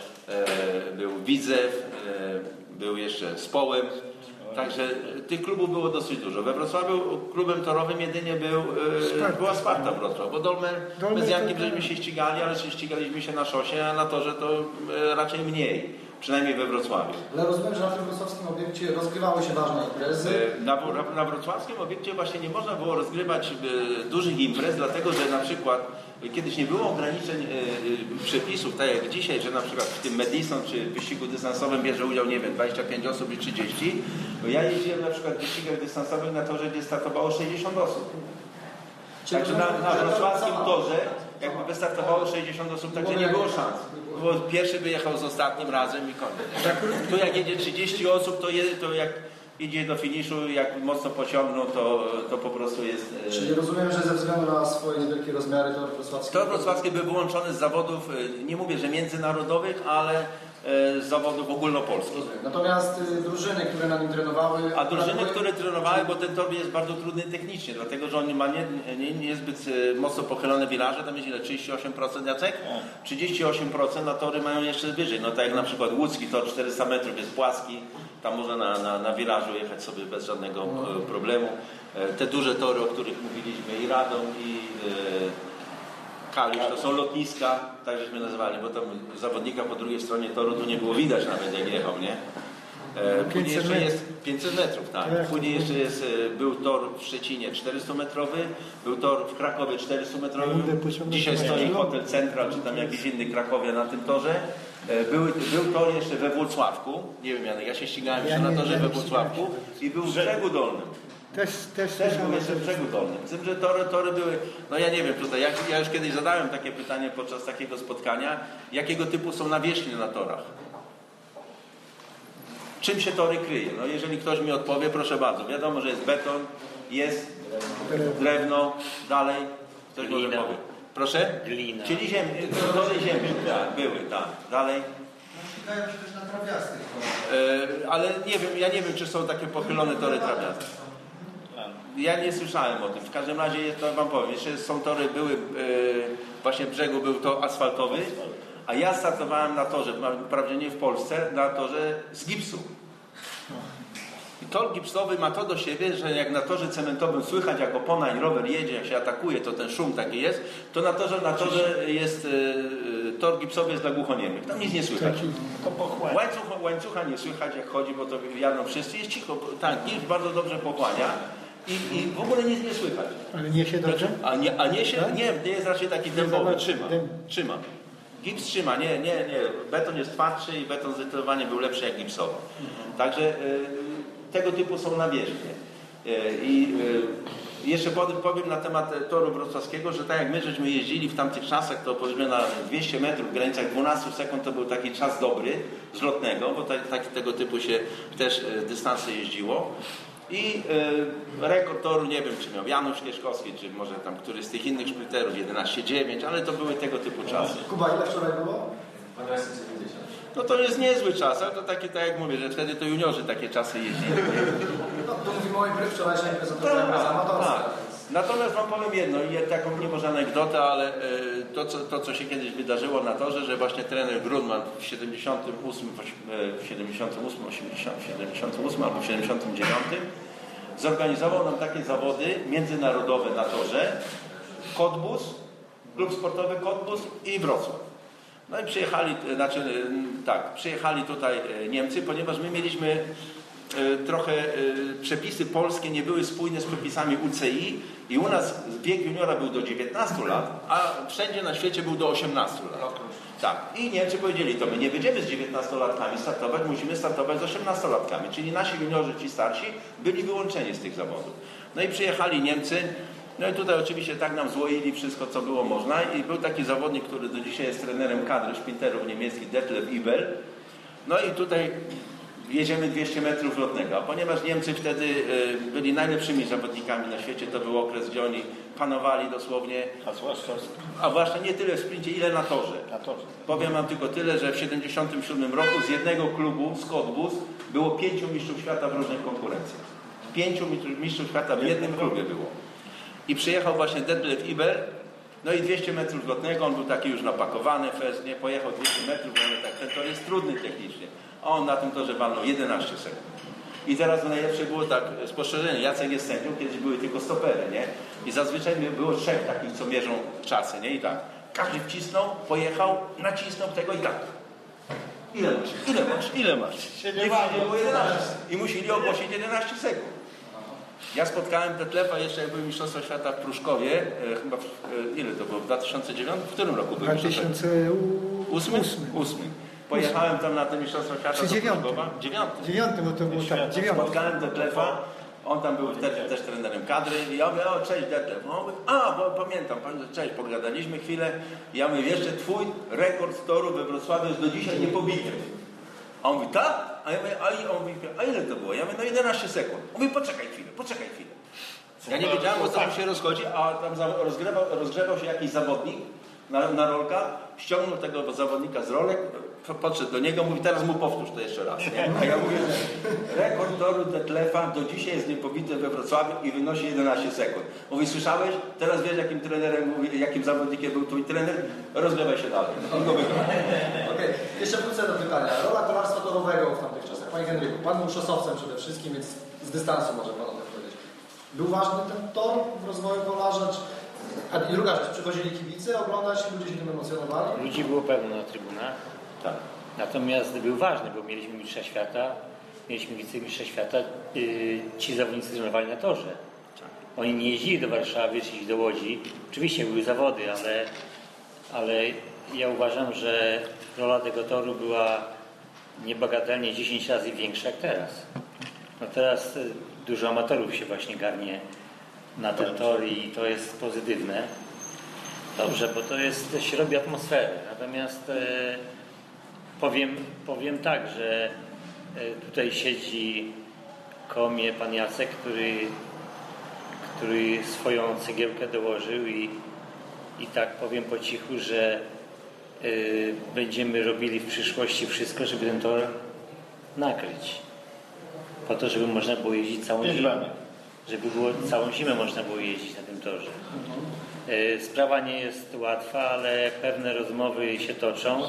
był Widzew, był jeszcze Społem. Także tych klubów było dosyć dużo. We Wrocławiu klubem torowym jedynie była Sparta Wrocław, bo my z Jankiem żeśmy się ścigali, ale ścigaliśmy się na szosie, a na torze to raczej mniej, przynajmniej we Wrocławiu.
Ale rozumiem, że na tym wrocławskim obiekcie rozgrywały się ważne imprezy.
Na wrocławskim obiekcie właśnie nie można było rozgrywać dużych imprez, dlatego że na przykład kiedyś nie było ograniczeń przepisów, tak jak dzisiaj, że na przykład w tym Madison czy w wyścigu dystansowym bierze udział, nie wiem, 25 osób i 30. Ja jeździłem na przykład w wyścigach dystansowych na torze, gdzie startowało 60 osób. Także na wrocławskim torze jakby wystartowało 60 osób, także nie było szans. Bo pierwszy wyjechał z ostatnim razem i koniec. Tu jak jedzie 30 osób, to jak idzie do finiszu, jak mocno pociągną, to po prostu jest...
Czyli rozumiem, że ze względu na swoje niewielkie rozmiary tor wrocławski...
Tor wrocławski był wyłączony z zawodów, nie mówię, że międzynarodowych, ale z zawodów ogólnopolskich.
Natomiast drużyny, które na nim trenowały...
A drużyny, które trenowały, bo ten tor jest bardzo trudny technicznie, dlatego że on ma niezbyt mocno pochylone wilaże, tam jest ile? 38%, Jacek? 38%, a tory mają jeszcze wyżej. No tak jak na przykład łódzki tor 400 metrów jest płaski, tam można na wilażu jechać sobie bez żadnego problemu. Te duże tory, o których mówiliśmy, i Radom, i Kalisz, to są lotniska, tak żeśmy nazywali, bo tam zawodnika po drugiej stronie toru tu nie było widać nawet, jak jechał, nie? Później jeszcze jest 500 metrów, tak. Później jeszcze był tor w Szczecinie 400-metrowy, był tor w Krakowie 400-metrowy. Dzisiaj stoi hotel Central, czy tam jakiś inny Krakowie na tym torze. Był tor jeszcze we Włocławku, nie wiem, ja się ścigałem jeszcze na torze we Włocławku i był w Brzegu Dolnym. Też był jeszcze w Brzegu Dolnym. Z tym, że tory były, no ja nie wiem tutaj, ja już kiedyś zadałem takie pytanie podczas takiego spotkania, jakiego typu są nawierzchnie na torach. Czym się tory kryje? No jeżeli ktoś mi odpowie, proszę bardzo. Wiadomo, że jest beton, jest drewno, dalej. Ktoś może powie. Proszę?
Glina.
Czyli tory ziemi, tak, były, tak. Dalej.
Ścigają się też na trawiastych.
Ale nie wiem, ja nie wiem, czy są takie pochylone tory trawiaste. Ja nie słyszałem o tym. W każdym razie to wam powiem. Jeszcze są tory, były właśnie w Brzegu był to asfaltowy, a ja startowałem na torze, wprawdzie nie w Polsce, na torze z gipsu. I tor gipsowy ma to do siebie, że jak na torze cementowym słychać, jak opona i rower jedzie, jak się atakuje, to ten szum taki jest, to na torze jest, tor gipsowy jest dla głuchoniemych. Tam nic nie słychać. Łańcucha nie słychać, jak chodzi, bo to jadą wszyscy, jest cicho. Tak, gips bardzo dobrze pochłania i w ogóle nic nie słychać.
Ale niesie dobrze?
Nie jest raczej taki dębowy,
zobacz,
trzyma. Gips trzyma, nie. Beton jest twardszy i beton zdecydowanie był lepszy jak gipsowy. Także tego typu są nawierzchnie. Jeszcze powiem na temat toru wrocławskiego, że tak jak my żeśmy jeździli w tamtych czasach, to powiedzmy na 200 metrów w granicach 12 sekund to był taki czas dobry zlotnego, bo tego typu się też dystanse jeździło. I rekord toru, nie wiem czy miał Janusz Kieszkowski, czy może tam któryś z tych innych szprinterów, 11,9, ale to były tego typu czasy.
Kuba, ile wczoraj było?
12,90.
No to jest niezły czas, ale to takie, tak jak mówię, że wtedy to juniorzy takie czasy jeździli.
No, tu mówimy o imprezie wczorajszej imprezy, to była impreza amatorska.
Tak. Natomiast wam powiem jedno, i taką nie może anegdotę, ale to co się kiedyś wydarzyło na torze, że właśnie trener Grunman w 78 albo w 79 zorganizował nam takie zawody międzynarodowe na torze. Kotbus, klub sportowy Kotbus i Wrocław. No i przyjechali tutaj Niemcy, ponieważ my mieliśmy trochę przepisy polskie nie były spójne z przepisami UCI i u nas wiek juniora był do 19 lat, a wszędzie na świecie był do 18 lat. Tak. I Niemcy powiedzieli, to my nie będziemy z 19-latkami startować, musimy startować z 18-latkami, czyli nasi juniorzy, ci starsi, byli wyłączeni z tych zawodów. No i przyjechali Niemcy, no i tutaj oczywiście tak nam złoili wszystko, co było można i był taki zawodnik, który do dzisiaj jest trenerem kadry szprinterów niemieckich, Detlef Ibel. No i tutaj jedziemy 200 metrów lotnego, a ponieważ Niemcy wtedy byli najlepszymi zawodnikami na świecie, to był okres, gdzie oni panowali dosłownie, a zwłaszcza nie tyle w sprincie, ile na torze. Powiem wam tylko tyle, że w 1977 roku z jednego klubu, z Kotbus, było 5 mistrzów świata w różnych konkurencjach. 5 mistrzów świata w jednym klubie było. I przyjechał właśnie Detlef Ibel, no i 200 metrów lotnego, on był taki już napakowany, nie pojechał 200 metrów, ale tak, ten tor jest trudny technicznie. A on na tym torze walnął 11 sekund. I teraz najlepsze było tak, spostrzeżenie, Jacek jest sędzią, kiedyś były tylko stopery, nie? I zazwyczaj było 3 takich, co mierzą czasy, nie? I tak, każdy wcisnął, pojechał, nacisnął tego i tak. Ile masz? Nie było 11. I musieli ogłosić 11 sekund. Ja spotkałem Detlefa jeszcze jak były Mistrzostwa Świata w Pruszkowie, chyba ile to było, w 2009? W którym roku były Mistrzostwa Świata? 2008. Pojechałem tam na te Mistrzostwa Świata do Pruszkowa. 9.
Bo to było tak, 9.
Spotkałem Detlefa, on tam był wtedy też trenerem kadry i ja mówię, o cześć Detlef. No, mówi, bo pamiętam, cześć, pogadaliśmy chwilę. Ja mówię, jeszcze twój rekord toru we Wrocławiu jest do dzisiaj niepobity. A on mówi, tak? A ja mówię, a ile to było? Ja mówię, no 11 sekund. On mówi, poczekaj chwilę. Ja nie wiedziałem, o co tam się rozchodzi, a tam rozgrzewał się jakiś zawodnik na rolkach, ściągnął tego zawodnika z rolek, podszedł do niego, mówi, teraz mu powtórz to jeszcze raz. Nie? A ja mówię, że rekord toru Detlefa do dzisiaj jest niepobity we Wrocławiu i wynosi 11 sekund. Mówi, słyszałeś? Teraz wiesz, jakim trenerem, jakim zawodnikiem był twój trener? Rozgrywaj się dalej. On go wygrał.
Okej. Jeszcze wrócę do pytania. Rola kolarstwa torowego w tamtych czasach. Panie Henryku, pan był szosowcem przede wszystkim, więc z dystansu może pan o tym powiedzieć. Był ważny ten tor w rozwoju kolarza? A druga rzecz, przychodzili kibice oglądać, ludzie się tym emocjonowali?
Ludzi było pełno na trybunach.
Tak.
Natomiast był ważny, bo mieliśmy mistrza świata, mieliśmy wicemistrza świata, ci zawodnicy trenowali na torze. Oni nie jeździli do Warszawy, czy do Łodzi. Oczywiście były zawody, ale ja uważam, że rola tego toru była niebagatelnie 10 razy większa jak teraz. No teraz dużo amatorów się właśnie garnie na ten tor i to jest pozytywne. Dobrze, bo to się robi atmosferę. Natomiast powiem tak, że tutaj siedzi koło mnie pan Jacek, który swoją cegiełkę dołożył i tak powiem po cichu, że będziemy robili w przyszłości wszystko, żeby ten tor nakryć. Po to, żeby można było jeździć całą zimę. żeby było całą zimę można było jeździć na tym torze. Sprawa nie jest łatwa, ale pewne rozmowy się toczą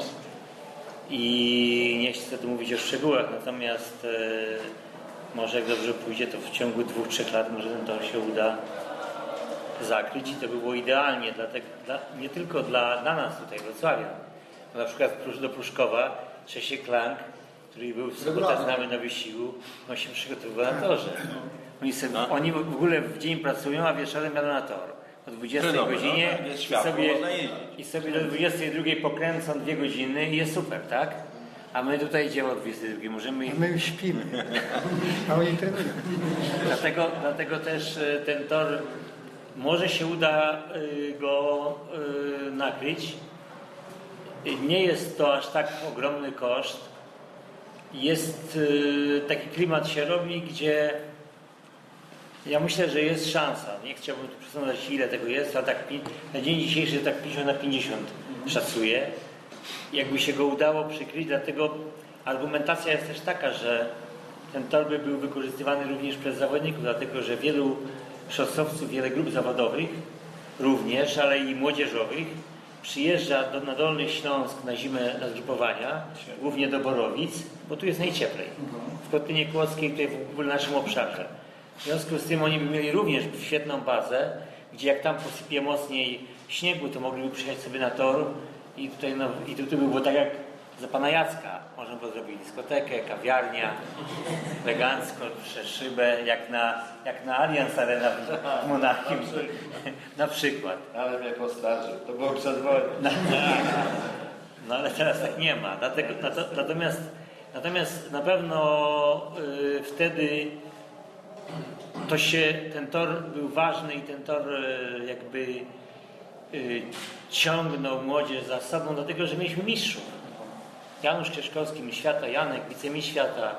i nie chcę tu mówić o szczegółach, natomiast może jak dobrze pójdzie, to w ciągu 2-3 lat może ten tor się uda zakryć i to by było idealnie, nie tylko dla nas tutaj, Wrocławia. Bo na przykład do Pruszkowa Czesiek Lang, który był z nami na wyścigu, on się przygotowywał na torze. Oni w ogóle w dzień pracują, a wieczorem jadą na tor. O 20 godzinie i sobie do 22 pokręcą 2 godziny i jest super, tak? A my tutaj idziemy o 22, możemy...
My już śpimy, a oni trenują.
Dlatego też ten tor może się uda go nakryć. Nie jest to aż tak ogromny koszt. Jest taki klimat się robi, gdzie ja myślę, że jest szansa. Nie chciałbym tu przesądzać, ile tego jest, ale tak na dzień dzisiejszy tak 50/50 szacuję. Jakby się go udało przykryć, dlatego argumentacja jest też taka, że ten tor by był wykorzystywany również przez zawodników, dlatego że wielu szosowców, wiele grup zawodowych również, ale i młodzieżowych przyjeżdża na Dolny Śląsk na zimę na zgrupowania, głównie do Borowic, bo tu jest najcieplej. W Kotlinie Kłodzkiej, tutaj w ogóle naszym obszarze. W związku z tym oni by mieli również świetną bazę, gdzie jak tam posypie mocniej śniegu, to mogliby przyjechać sobie na tor i tutaj by było tak jak za pana Jacka. Można było zrobić dyskotekę, kawiarnia, elegancko, przez szybę, jak na Allianz Arena w Monachium na przykład.
Ale mnie postarzył, to było przed wojną.
No ale teraz tak nie ma. Natomiast na pewno wtedy ten tor był ważny i ten tor jakby ciągnął młodzież za sobą, dlatego że mieliśmy mistrzów. Janusz Kieszkowski, mistrz świata, Janek, wicemistrz świata.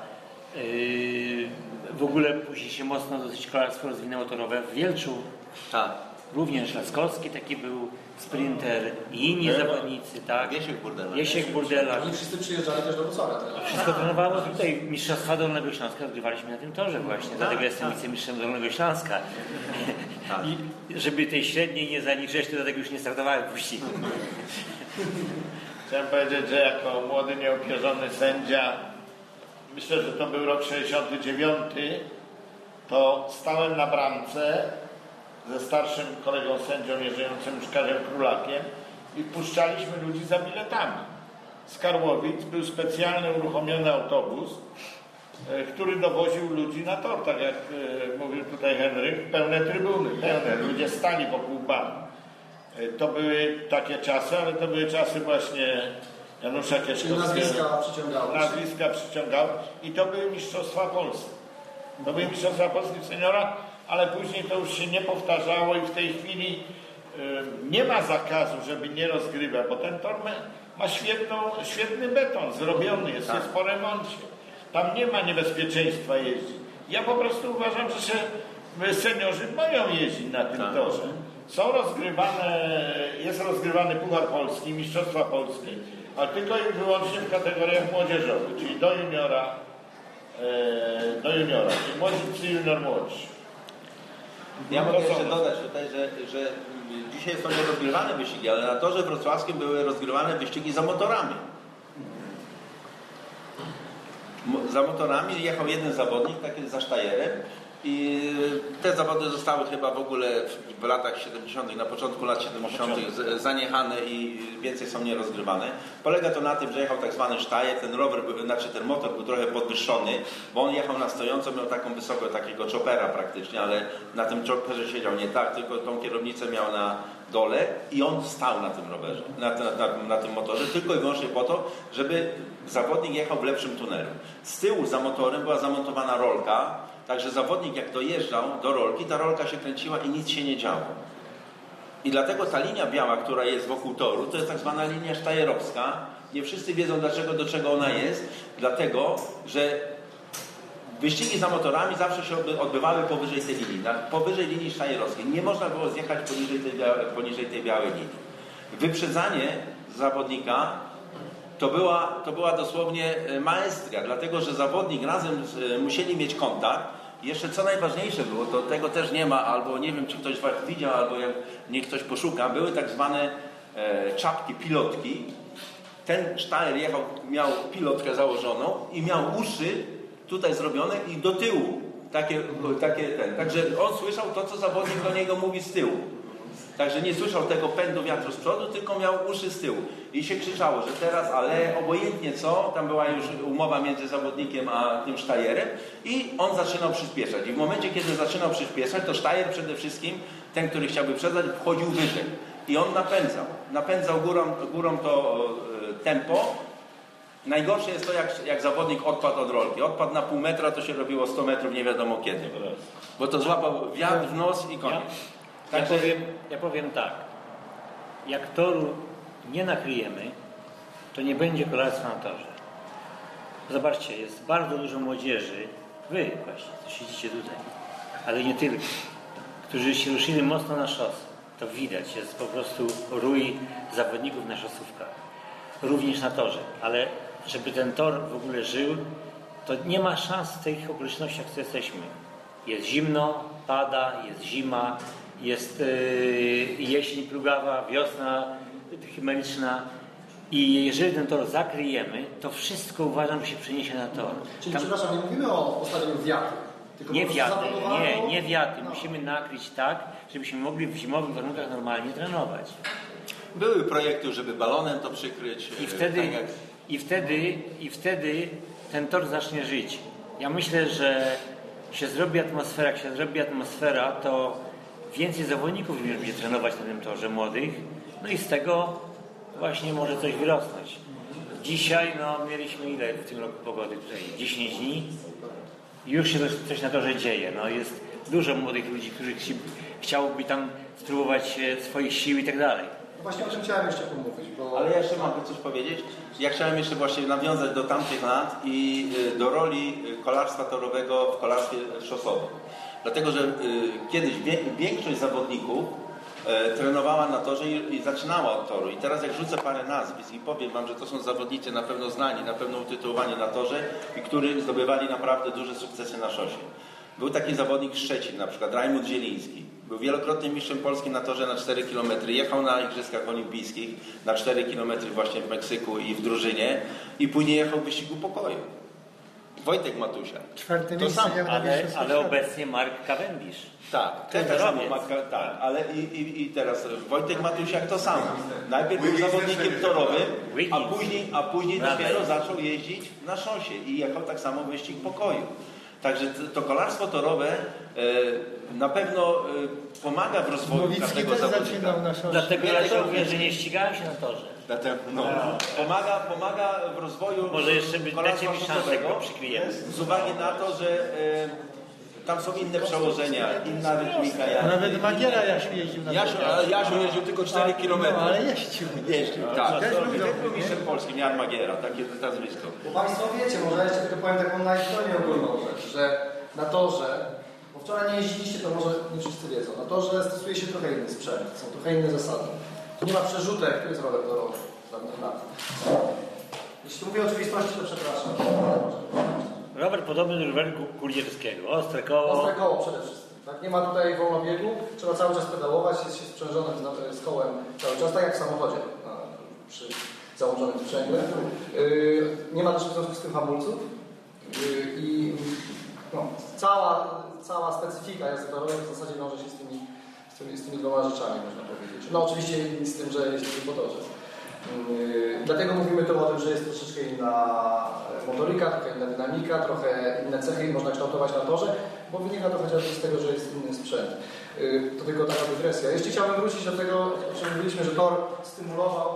W ogóle później się mocno dosyć kolarstwo rozwinęło torowe w Wielczu.
Tak.
Również Laskowski taki był sprinter i inni zawodnicy, tak. Wiesiek Burdela.
Oni wszyscy przyjeżdżali też do Wrocławia.
Wszystko trenowało tutaj. Mistrzostwa Dolnego Śląska odgrywaliśmy na tym torze właśnie. Dlatego jestem wicemistrzem Dolnego Śląska. I żeby tej średniej nie zaniżyć, to dlatego już nie startowałem w wyścigu.
Chciałem powiedzieć, że jako młody, nieopierzony sędzia, myślę, że to był rok 69, to stałem na bramce ze starszym kolegą sędzią, nieżyjącym już Karzem Królakiem i wpuszczaliśmy ludzi za biletami. Z Karłowic był specjalnie uruchomiony autobus, który dowoził ludzi na tor, tak jak mówił tutaj Henryk, pełne trybuny, ludzie stali wokół ban. To były takie czasy, ale to były czasy właśnie Janusza Kieszkowskiego. Nazwiska przyciągały i to były mistrzostwa Polski. To były mistrzostwa Polski w seniora, ale później to już się nie powtarzało i w tej chwili nie ma zakazu, żeby nie rozgrywać, bo ten tor ma świetny beton, zrobiony jest po remoncie. Tam nie ma niebezpieczeństwa jeździć. Ja po prostu uważam, że seniorzy boją jeździć na tym torze. Jest rozgrywany Puchar Polski, Mistrzostwa Polski, ale tylko i wyłącznie w kategoriach młodzieżowych, czyli do juniora, czyli młodzież, junior młodszy.
Ja mogę jeszcze dodać tutaj, że dzisiaj są nierozgrywane wyścigi, ale na torze wrocławskim były rozgrywane wyścigi za motorami. Za motorami jechał jeden zawodnik, taki za sztajerem, i te zawody zostały chyba w ogóle w latach 70., na początku lat 70. zaniechane i więcej są nierozgrywane. Polega to na tym, że jechał tak zwany sztajer, ten rower, ten motor był trochę podwyższony, bo on jechał na stojąco, miał taką wysoką, takiego chopera praktycznie, ale na tym choperze siedział nie tak, tylko tą kierownicę miał na dole i on stał na tym rowerze, na tym motorze, tylko i wyłącznie po to, żeby zawodnik jechał w lepszym tunelu. Z tyłu za motorem była zamontowana rolka, także zawodnik jak dojeżdżał do rolki, ta rolka się kręciła i nic się nie działo. I dlatego ta linia biała, która jest wokół toru, to jest tak zwana linia sztajerowska. Nie wszyscy wiedzą do czego ona jest, dlatego, że wyścigi za motorami zawsze się odbywały powyżej tej linii, powyżej linii sztajerowskiej. Nie można było zjechać poniżej tej białej linii. Wyprzedzanie zawodnika to była dosłownie maestria, dlatego że zawodnik razem musieli mieć kontakt Jeszcze co najważniejsze było, to tego też nie ma, albo nie wiem, czy ktoś z Was widział, albo jak niech ktoś poszuka, były tak zwane czapki pilotki. Ten sztajer jechał, miał pilotkę założoną i miał uszy tutaj zrobione i do tyłu. Także on słyszał to, co zawodnik do niego mówi z tyłu. Także nie słyszał tego pędu wiatru z przodu, tylko miał uszy z tyłu. I się krzyczało, że teraz, ale obojętnie co, tam była już umowa między zawodnikiem a tym sztajerem i on zaczynał przyspieszać. I w momencie, kiedy zaczynał przyspieszać, to sztajer przede wszystkim, ten, który chciałby przedać, wchodził wyżej. I on napędzał górą to tempo. Najgorsze jest to, jak zawodnik odpadł od rolki. Odpadł na pół metra, to się robiło 100 metrów nie wiadomo kiedy. Bo to złapał wiatr w nos i koniec.
Ja powiem tak. Jak toru nie nakryjemy, to nie będzie kolarstwa na torze. Zobaczcie, jest bardzo dużo młodzieży, wy właśnie, co siedzicie tutaj, ale nie tylko, którzy się ruszyli mocno na szos. To widać, jest po prostu rój zawodników na szosówkach. Również na torze, ale żeby ten tor w ogóle żył, to nie ma szans w tych okolicznościach, w których jesteśmy. Jest zimno, pada, jest zima, jest jesień plugawa, wiosna chmeryczna i jeżeli ten tor zakryjemy, to wszystko uważam, że się przeniesie na tor.
Czyli przepraszam, nie mówimy o postawieniu wiatru. Tylko
Nie wiatry,
zabudowano...
nie wiatry. Musimy nakryć tak, żebyśmy mogli w zimowych warunkach normalnie trenować.
Były projekty, żeby balonem to przykryć.
I wtedy ten tor zacznie żyć. Ja myślę, że się zrobi atmosfera, jak się zrobi atmosfera, to więcej zawodników będzie trenować na tym torze młodych, no i z tego właśnie może coś wyrosnąć. Dzisiaj mieliśmy ile w tym roku pogody tutaj? 10 dni. Już się coś na torze dzieje. Jest dużo młodych ludzi, którzy chciałoby tam spróbować swoich sił i tak dalej.
Właśnie o tym chciałem jeszcze pomówić, bo...
Ale ja jeszcze mogę coś powiedzieć. Ja chciałem jeszcze właśnie nawiązać do tamtych lat i do roli kolarstwa torowego w kolarstwie szosowym. Dlatego, że kiedyś większość zawodników trenowała na torze i zaczynała od toru. I teraz jak rzucę parę nazwisk i powiem Wam, że to są zawodnicy na pewno znani, na pewno utytułowani na torze i którzy zdobywali naprawdę duże sukcesy na szosie. Był taki zawodnik Szczecin, na przykład Rajmund Zieliński. Był wielokrotnym mistrzem Polski na torze na 4 km. Jechał na Igrzyskach Olimpijskich na 4 km właśnie w Meksyku i w drużynie i później jechał w wyścigu pokoju. Wojtek Matusiak.
Czwarte
To
miejsce
samo,
miał na
Ale
mistrzostwach
obecnie Mark Cavendish.
Tak, tak samo, tak, ale i teraz Wojtek Matusiak to samo. Najpierw był zawodnikiem torowym, a później dopiero zaczął jeździć na szosie i jechał tak samo wyścig pokoju. Także to kolarstwo torowe na pewno pomaga w rozwoju
Nowicki
każdego
też
zawodnika.
zaczynał na szosie.
Dlatego ja się mówię, że nie ścigałem się na torze.
Pomaga w rozwoju
Może jeszcze dajcie
kolarstwa
mi szansę,
szosowego
go przykryjemy.
z uwagi na to, że tam są inne przełożenia, inna rytmika.
Nawet Magiera Jasiu jeździł na torze.
Jasiu jeździł tylko 4 km.
No, ale jeździł.
Tak,
Też
to
lubią.
był mistrzem Polski, Jan Magiera, takie nazwisko.
Bo Państwo wiecie, może jeszcze tylko powiem taką na stronie ogólną rzecz, że na torze, bo wczoraj nie jeździliście, to może nie wszyscy wiedzą, na torze stosuje się trochę inny sprzęt, są trochę inne zasady. Tu nie ma przerzutek, tu jest rower torowy. Jeśli mówię o oczywistości, to przepraszam.
Rower podobny do roweru kurierskiego. Ostre koło.
Ostre koło przede wszystkim. Tak? Nie ma tutaj wolnobiegu, trzeba cały czas pedałować, jest się sprzężonym z kołem cały czas, tak jak w samochodzie przy założonym sprzęgle. Nie ma też w związku z tym hamulców i cała specyfika jazdy torowej w zasadzie wiąże się z tymi dwoma rzeczami, można powiedzieć. No oczywiście z tym, że jeździmy po torze. Dlatego mówimy tu o tym, że jest troszeczkę inna motoryka, trochę inna dynamika, trochę inne cechy można kształtować na torze, bo wynika to chociażby z tego, że jest inny sprzęt. To tylko taka dygresja. Jeszcze chciałbym wrócić do tego, o czym mówiliśmy, że tor stymulował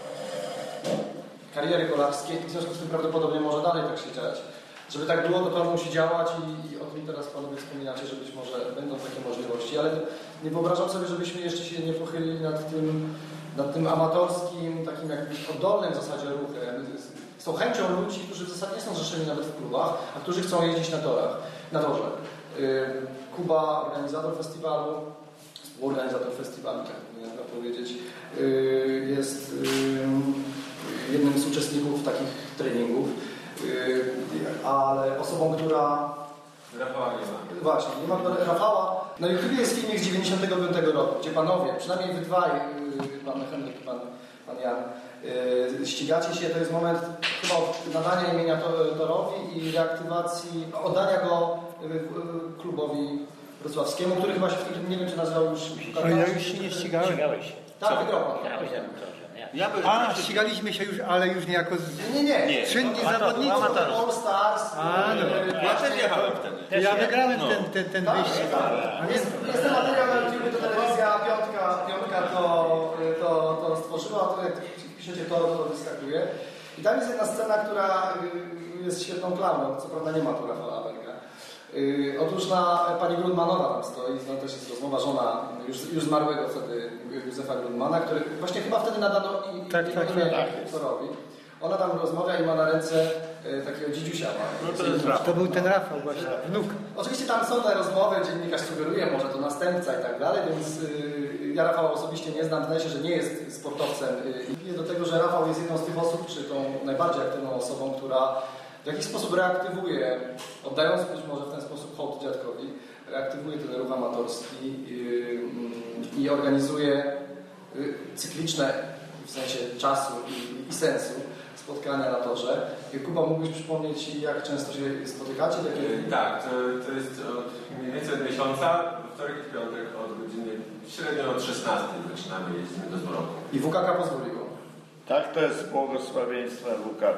kariery kolarskie i w związku z tym prawdopodobnie może dalej tak się dziać. Żeby tak było, to tor musi działać i o tym teraz Panowie wspominacie, że być może będą takie możliwości, ale nie wyobrażam sobie, żebyśmy jeszcze się nie pochylili nad tym amatorskim, takim jakimś oddolnym w zasadzie ruchem, z tą chęcią ludzi, którzy w zasadzie nie są zrzeszeni nawet w klubach, a którzy chcą jeździć na torze. Kuba, organizator festiwalu, współorganizator festiwalu, tak powinienem powiedzieć, jest jednym z uczestników takich treningów, ale osobą, która
Rafała nie ma.
Właśnie, nie ma Rafała. Na YouTube jest filmik z 95 roku, gdzie panowie, przynajmniej wy dwaj, pan Henryk i pan Jan, ścigacie się. To jest moment chyba nadania imienia torowi i reaktywacji, oddania go klubowi wrocławskiemu, który chyba się wtedy, nie wiem czy nazywał już...
Ale ja już się nie ścigałem.
Ścigałeś się.
Tak, wygrał pan.
Ścigałeś się na motorze. Nie.
Ja byłem
A, ścigaliśmy się już, ale już niejako
Nie.
czynni
Amator-
zawodnicy.
amator.
All Stars.
A, no.
Ja też jechałem wtedy.
Też
Ja
nie.
wygrałem ten wyścig. A nie,
Jest ten materiał na YouTube, to telewizja Piątka to stworzyła, to jak piszecie to wyskakuje. I tam jest jedna scena, która jest świetną klamrą, co prawda nie ma tu Rafała Berga. Otóż pani Grundmanowa tam stoi, to też jest rozmowa, żona już zmarłego wtedy Józefa Grundmana, który właśnie chyba wtedy nadano i
Tak,
co robi. Ona tam rozmawia i ma na ręce takiego dzidziusia.
No to jest Rafał.
to był ten Rafał właśnie, wnuk.
Oczywiście tam są te rozmowy, dziennikarz sugeruje, może to następca i tak dalej, więc ja Rafała osobiście nie znam, wydaje się, że nie jest sportowcem. I do tego, że Rafał jest jedną z tych osób, czy tą najbardziej aktywną osobą, która w jakiś sposób reaktywuje, oddając być może w ten sposób hołd dziadkowi, reaktywuje ten ruch amatorski i organizuje cykliczne w sensie czasu i sensu spotkania na torze. Kuba, mógłbyś przypomnieć, jak często się spotykacie?
Tak, to jest mniej więcej od miesiąca, we wtorek i piątek od godziny, średnio od 16 zaczynamy, jeździmy do Zboroku.
I WKK pozwoliło.
Tak, to jest błogosławieństwo WKK.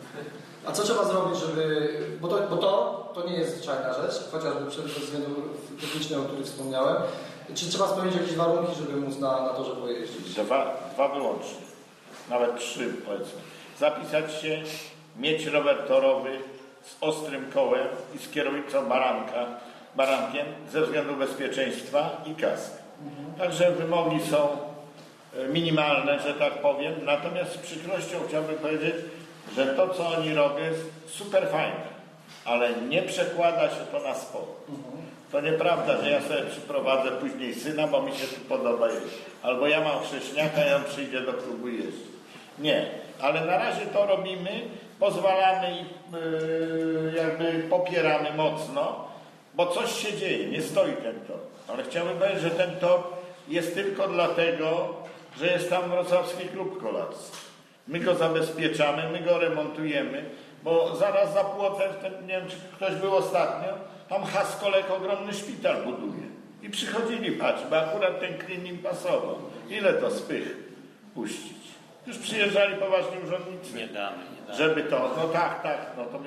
A co trzeba zrobić, żeby... Bo to nie jest zwyczajna rzecz, chociażby przez względu techniczny, o którym wspomniałem. Czy trzeba spełnić jakieś warunki, żeby móc na torze pojeździć?
Dwa wyłącznie. Nawet 3 powiedzmy. Zapisać się, mieć rower torowy z ostrym kołem i z kierownicą barankiem ze względu bezpieczeństwa i kask. Także wymogi są minimalne, że tak powiem. Natomiast z przykrością chciałbym powiedzieć, że to, co oni robią, jest super fajne, ale nie przekłada się to na sport. To nieprawda, że ja sobie przyprowadzę później syna, bo mi się tu podoba jeździć. Albo ja mam chrześniaka i on przyjdzie do klubu jeździć. Nie, ale na razie to robimy, pozwalamy i jakby popieramy mocno, bo coś się dzieje, nie stoi ten tor. Ale chciałbym powiedzieć, że ten tor jest tylko dlatego, że jest tam wrocławski klub kolarski. My go zabezpieczamy, my go remontujemy, bo zaraz za płotem, nie wiem czy ktoś był ostatnio, tam Haskolek ogromny szpital buduje. I przychodzili, patrz, bo akurat ten klin im pasował. Ile to spych puścić? Już przyjeżdżali poważni urzędnicy.
Nie damy.
Żeby to, no tak, no to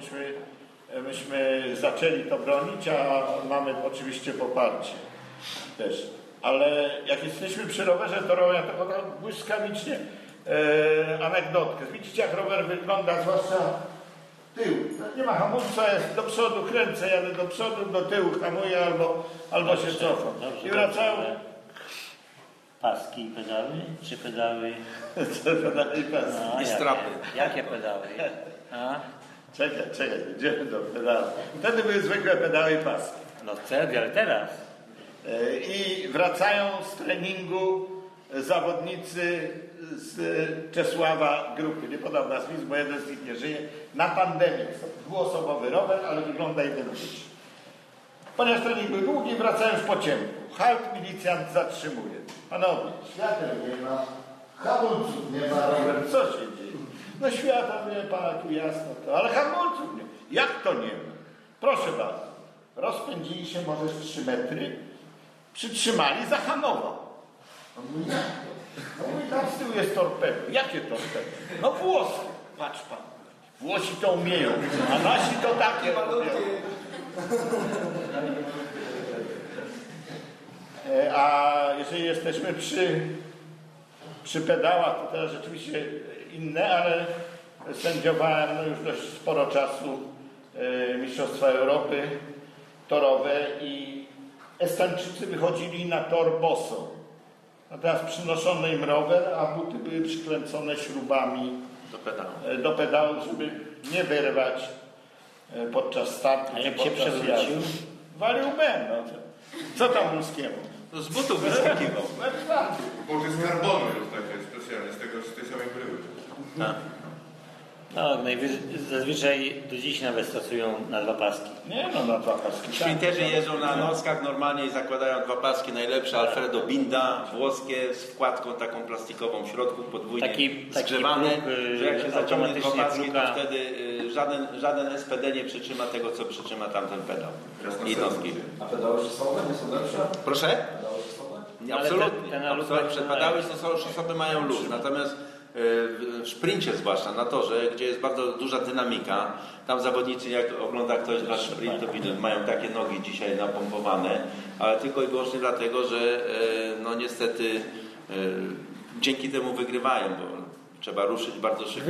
myśmy zaczęli to bronić, a mamy oczywiście poparcie też. Ale jak jesteśmy przy rowerze torowym, ja to podam błyskawicznie anegdotkę. Widzicie, jak rower wygląda, zwłaszcza tył. Nie ma hamulca, jest do przodu, kręcę, jadę do przodu, do tyłu hamuję albo się cofam. I wracałem.
Paski i pedały? Czy pedały?
Pedały i paski.
No,
I strapy.
Jakie pedały? A?
Czekaj, idziemy do pedału. Wtedy były zwykłe pedały i paski.
No wtedy, ale teraz.
I wracają z treningu zawodnicy z Czesława grupy, nie podam nazwisk, bo jeden z nich nie żyje, na pandemię. Dwuosobowy rower, ale wygląda identycznie. Ponieważ trening był długi, wracają już po ciemku. Halt, milicjant zatrzymuje. Panowie, świateł nie ma, hamulców nie ma, rower, co się dzieje? No światła, wie pana, tu jasno to, ale hamulców nie. Jak to nie ma? Proszę bardzo, rozpędzili się może z 3 metry, przytrzymali, zahamował. No mówi, jak to? No mówi, tam z tyłu jest torpedo. Jakie torpedo? No włoskie. Patrz pan. Włosi to umieją, a nasi to takie robią. A jeżeli jesteśmy przy pedałach, to teraz rzeczywiście inne, ale sędziowałem już dość sporo czasu Mistrzostwa Europy torowe i Estończycy wychodzili na tor boso. Natomiast przynoszono im rower, a buty były przykręcone śrubami do pedałów, żeby nie wyrwać podczas startu.
A jak
podczas
się przewrócił?
jazdy. Walił ben, no co tam ludzkiemu?
No z butów wyskakiwał.
Buty z karbonu już takie specjalnie, z tej samej bryły.
Tak.
No, zazwyczaj do dziś nawet stosują na 2 paski.
Nie no, na 2 paski.
Sprinterzy jeżdżą na noskach normalnie i zakładają 2 paski najlepsze, Alfredo Binda, włoskie, z wkładką taką plastikową w środku, podwójnie skrzywane, że jak się zaciągnie 2 paski, to wtedy żaden SPD nie przytrzyma tego, co przytrzyma tamten pedał i noski.
A pedały szosowe nie są lepsze?
Proszę?
Pedały szosowe?
Nie, absolutnie. Pedały szosowe mają luz, natomiast w szprincie zwłaszcza, na torze, gdzie jest bardzo duża dynamika, tam zawodnicy, jak ogląda ktoś wasz sprint, to widać, mają takie nogi dzisiaj napompowane, ale tylko i wyłącznie dlatego, że no niestety dzięki temu wygrywają, bo trzeba ruszyć bardzo szybko.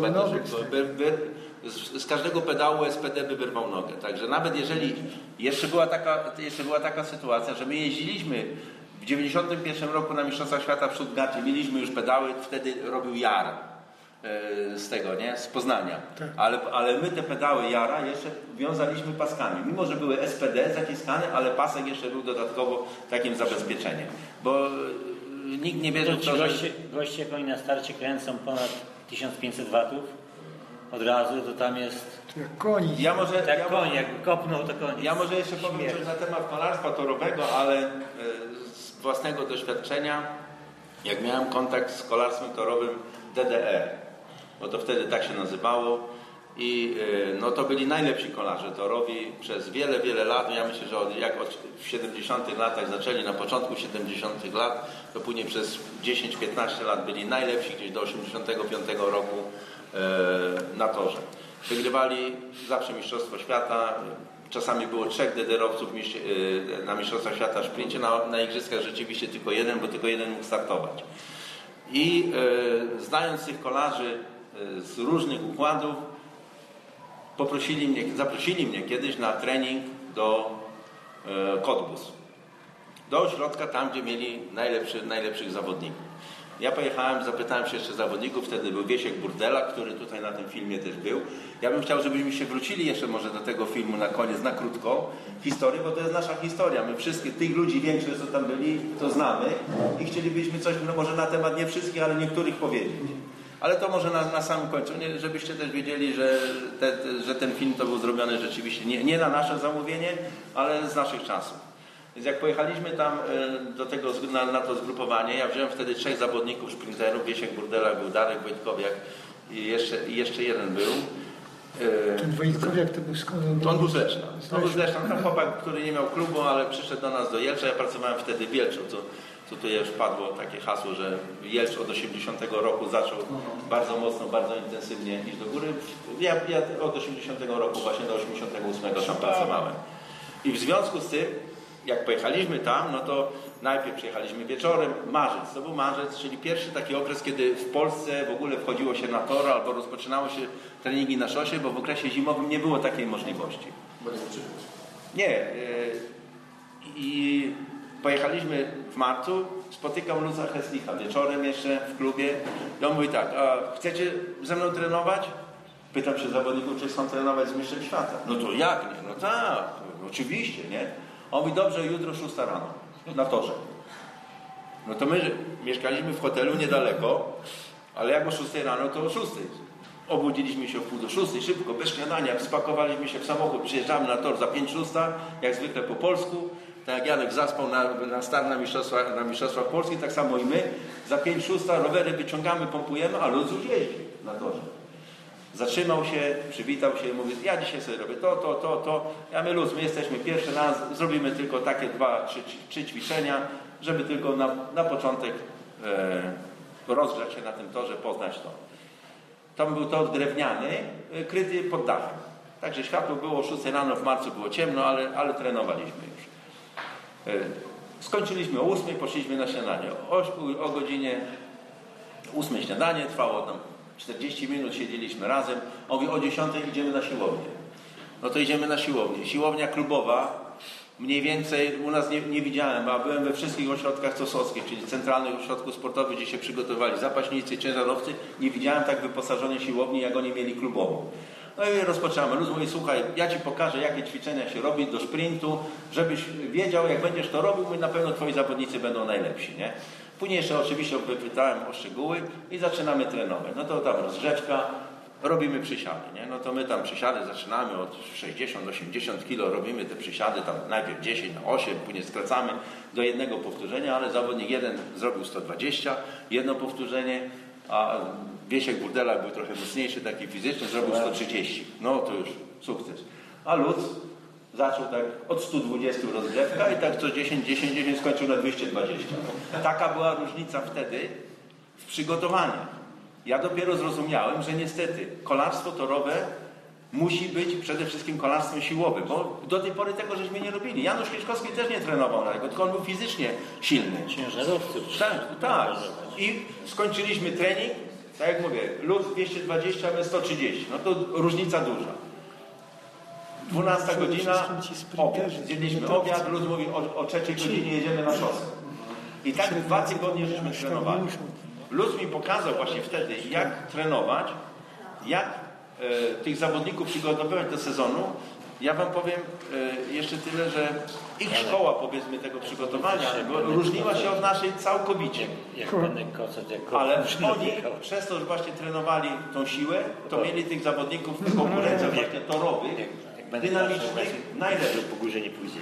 Z każdego pedału SPD by wyrwał nogę. Także nawet jeżeli jeszcze była taka sytuacja, że my jeździliśmy w 1991 roku na Mistrzostwach Świata w Stuttgarcie, mieliśmy już pedały, wtedy robił Jar z tego, nie? Z Poznania.
Tak.
Ale my te pedały Jara jeszcze wiązaliśmy paskami. Mimo, że były SPD zaciskane, ale pasek jeszcze był dodatkowo takim zabezpieczeniem. Bo nikt nie wierzył w to, że...
Goście jak oni na starcie kręcą ponad 1500 watów, od razu to tam jest...
Jak koni.
Koń, jak kopnął to koniec.
Ja może jeszcze powiem coś na temat kolarstwa torowego, ale z własnego doświadczenia, jak miałem kontakt z kolarstwem torowym DDR, bo to wtedy tak się nazywało i no to byli najlepsi kolarze torowi przez wiele, wiele lat. Ja myślę, że w 70 latach zaczęli, na początku 70 lat, to później przez 10-15 lat byli najlepsi gdzieś do 85 roku na torze. Wygrywali zawsze Mistrzostwo Świata, czasami było 3 DDR-owców na Mistrzostwach Świata w szprincie, na igrzyskach rzeczywiście tylko 1, bo tylko 1 mógł startować. I znając tych kolarzy z różnych układów, zaprosili mnie kiedyś na trening do Cottbus, do ośrodka tam, gdzie mieli najlepszych zawodników. Ja pojechałem, zapytałem się jeszcze zawodników, wtedy był Wiesiek Burdela, który tutaj na tym filmie też był. Ja bym chciał, żebyśmy się wrócili jeszcze może do tego filmu na koniec, na krótko, historii, bo to jest nasza historia. My wszystkich tych ludzi większych, co tam byli, to znamy i chcielibyśmy coś, no może na temat nie wszystkich, ale niektórych powiedzieć. Ale to może na samym końcu, żebyście też wiedzieli, że ten film to był zrobiony rzeczywiście nie na nasze zamówienie, ale z naszych czasów. Więc jak pojechaliśmy tam na to zgrupowanie, ja wziąłem wtedy 3 zawodników sprinterów, Wiesiek Burdela był, Darek Wojtkowiak i jeszcze jeden był.
Ten Wojtkowiak to był skąd?
On był z Leszna. Tam chłopak, który nie miał klubu, ale przyszedł do nas do Jelcza. Ja pracowałem wtedy w Jelczu. Tutaj już padło takie hasło, że Jelcz od 80 roku zaczął bardzo mocno, bardzo intensywnie iść do góry. Ja od 80 roku właśnie do 88 tam pracowałem. I w związku z tym, jak pojechaliśmy tam, no to najpierw przyjechaliśmy wieczorem, marzec. To był marzec, czyli pierwszy taki okres, kiedy w Polsce w ogóle wchodziło się na tor albo rozpoczynało się treningi na szosie, bo w okresie zimowym nie było takiej możliwości. Nie. I pojechaliśmy w marcu, spotykam Luza Heslicha wieczorem jeszcze w klubie i on mówi tak, a chcecie ze mną trenować? Pytam się zawodników, czy chcą trenować z mistrzem świata. No to jak nie? No tak, oczywiście, nie? On mówi, dobrze, jutro 6 rano, na torze. No to my mieszkaliśmy w hotelu niedaleko, ale jak o 6 rano, to o 6. Obudziliśmy się o 5:45, szybko, bez śniadania, spakowaliśmy się w samochód, przyjeżdżamy na tor za 5:06, jak zwykle po polsku. Tak jak Janek zaspał na start na mistrzostwach Polski, tak samo i my. Za 5:06 rowery wyciągamy, pompujemy, a lud już jeździ na torze. Zatrzymał się, przywitał się, mówi, ja dzisiaj sobie robię to. Ja my luz, my jesteśmy pierwszy raz, zrobimy tylko takie 2-3 ćwiczenia, żeby tylko na początek rozgrzać się na tym torze, poznać to. Tam był tor drewniany, kryty pod dachem. Także światło było o 6 rano, w marcu było ciemno, ale trenowaliśmy już. Skończyliśmy o 8, poszliśmy na śniadanie. O godzinie 8 śniadanie, trwało tam 40 minut, siedzieliśmy razem. On mówi, o 10 idziemy na siłownię. No to idziemy na siłownię. Siłownia klubowa, mniej więcej u nas nie widziałem, a byłem we wszystkich ośrodkach COS-owskich, czyli centralnych ośrodków sportowych, gdzie się przygotowali zapaśnicy, ciężarowcy. Nie widziałem tak wyposażonej siłowni, jak oni mieli klubową. No i rozpoczynamy. Luz mówi, słuchaj, ja Ci pokażę, jakie ćwiczenia się robi do sprintu, żebyś wiedział, jak będziesz to robił, na pewno Twoi zawodnicy będą najlepsi, nie? Później jeszcze oczywiście pytałem o szczegóły i zaczynamy trenować. No to tam rozgrzewka, robimy przysiady, nie? No to my tam przysiady zaczynamy od 60-80 kg, robimy te przysiady tam najpierw 10 na 8, później skracamy do jednego powtórzenia, ale zawodnik jeden zrobił 120, jedno powtórzenie, a Wiesiek Burdela był trochę mocniejszy, taki fizyczny, zrobił 130. No to już sukces. A Lutz zaczął tak od 120 rozgrzewka i tak co 10 skończył na 220. Taka była różnica wtedy w przygotowaniach. Ja dopiero zrozumiałem, że niestety kolarstwo torowe musi być przede wszystkim kolarstwem siłowym, bo do tej pory tego żeśmy nie robili. Janusz Kieszkowski też nie trenował na tego, tylko on był fizycznie silny.
Ciężarowców.
Tak. I skończyliśmy trening, tak jak mówię, Lutz 220, my 130. No to różnica duża. 12 godzina, obiad. Zjedliśmy obiad, Lutz mówi o 3 godzinie jedziemy na szosę. I tak 2 tygodnie żeśmy trenowali. Lutz mi pokazał właśnie wtedy, jak trenować, jak tych zawodników przygotowywać do sezonu. Ja wam powiem jeszcze tyle, że ich szkoła, powiedzmy, tego przygotowania różniła się od naszej całkowicie. Ale oni przez to, że właśnie trenowali tą siłę, to mieli tych zawodników w konkurencjach właśnie torowych, dynamicznych, najlepszych.
Po górze nie pójdzie.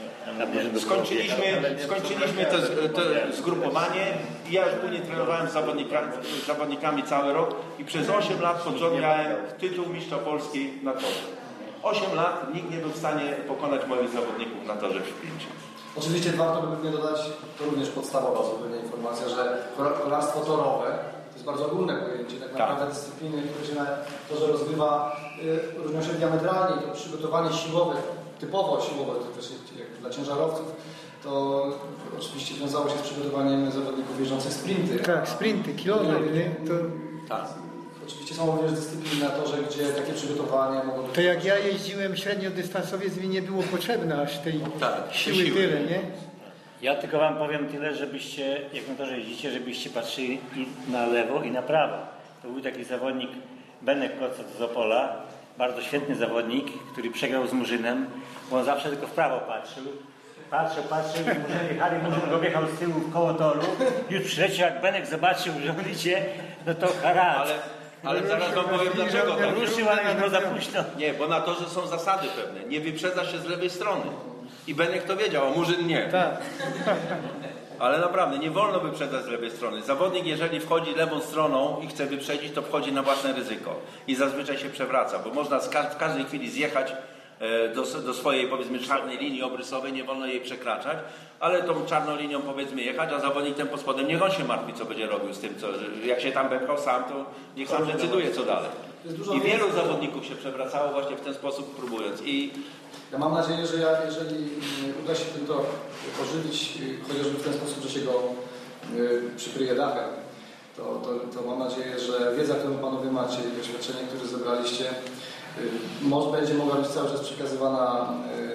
Skończyliśmy to zgrupowanie i ja już później trenowałem z zawodnikami cały rok i przez 8 lat pod rząd miałem tytuł mistrza Polski na torze. 8 lat nikt nie był w stanie pokonać moich zawodników na torze w szprincie.
Oczywiście warto by pewnie dodać, to również podstawowa zupełnie informacja, że kolarstwo torowe to jest bardzo ogólne pojęcie. Tak naprawdę dyscypliny, które się na torze rozgrywa, różnią się diametralnie. To przygotowanie siłowe, typowo siłowe, to też jak dla ciężarowców, to oczywiście wiązało się z przygotowaniem zawodników jeżdżących sprinty.
Tak, sprinty, kilometry, nie? To...
Tak.
Oczywiście są również dyscypliny na torze, gdzie takie przygotowanie mogą być...
To jak ja jeździłem średniodystansowiec, mi nie było potrzebne aż tej siły tyle, nie?
Ja tylko wam powiem tyle, żebyście, jak na torze jeździcie, żebyście patrzyli i na lewo i na prawo. To był taki zawodnik Benek Kocot z Opola, bardzo świetny zawodnik, który przegrał z Murzynem, bo on zawsze tylko w prawo patrzył. Patrzył, Murzyn jechali, Murzyn go wjechał z tyłu w koło toru, już przyleciał, jak Benek zobaczył, że on idzie, no to haracz.
Ale zaraz wam powiem dlaczego tak.
Ruszył, ale już za późno.
Nie, bo na torze są zasady pewne. Nie wyprzedza się z lewej strony. I Benek to wiedział, a Murzyn nie.
Tak.
Ale naprawdę, nie wolno wyprzedzać z lewej strony. Zawodnik, jeżeli wchodzi lewą stroną i chce wyprzedzić, to wchodzi na własne ryzyko. I zazwyczaj się przewraca, bo można w każdej chwili zjechać do swojej, powiedzmy, czarnej linii obrysowej, nie wolno jej przekraczać, ale tą czarną linią, powiedzmy, jechać, a zawodnik ten pod spodem, niech on się martwi, co będzie robił z tym, jak się tam wepchał sam, to niech sam decyduje, co dalej. I wielu zawodników się przewracało właśnie w ten sposób, próbując.
Ja mam nadzieję, że jeżeli uda się ten tor pożywić, chociażby w ten sposób, że się go przykryje dachem, to mam nadzieję, że wiedza, którą panowie macie i doświadczenie, które zebraliście, będzie mogła być cały czas przekazywana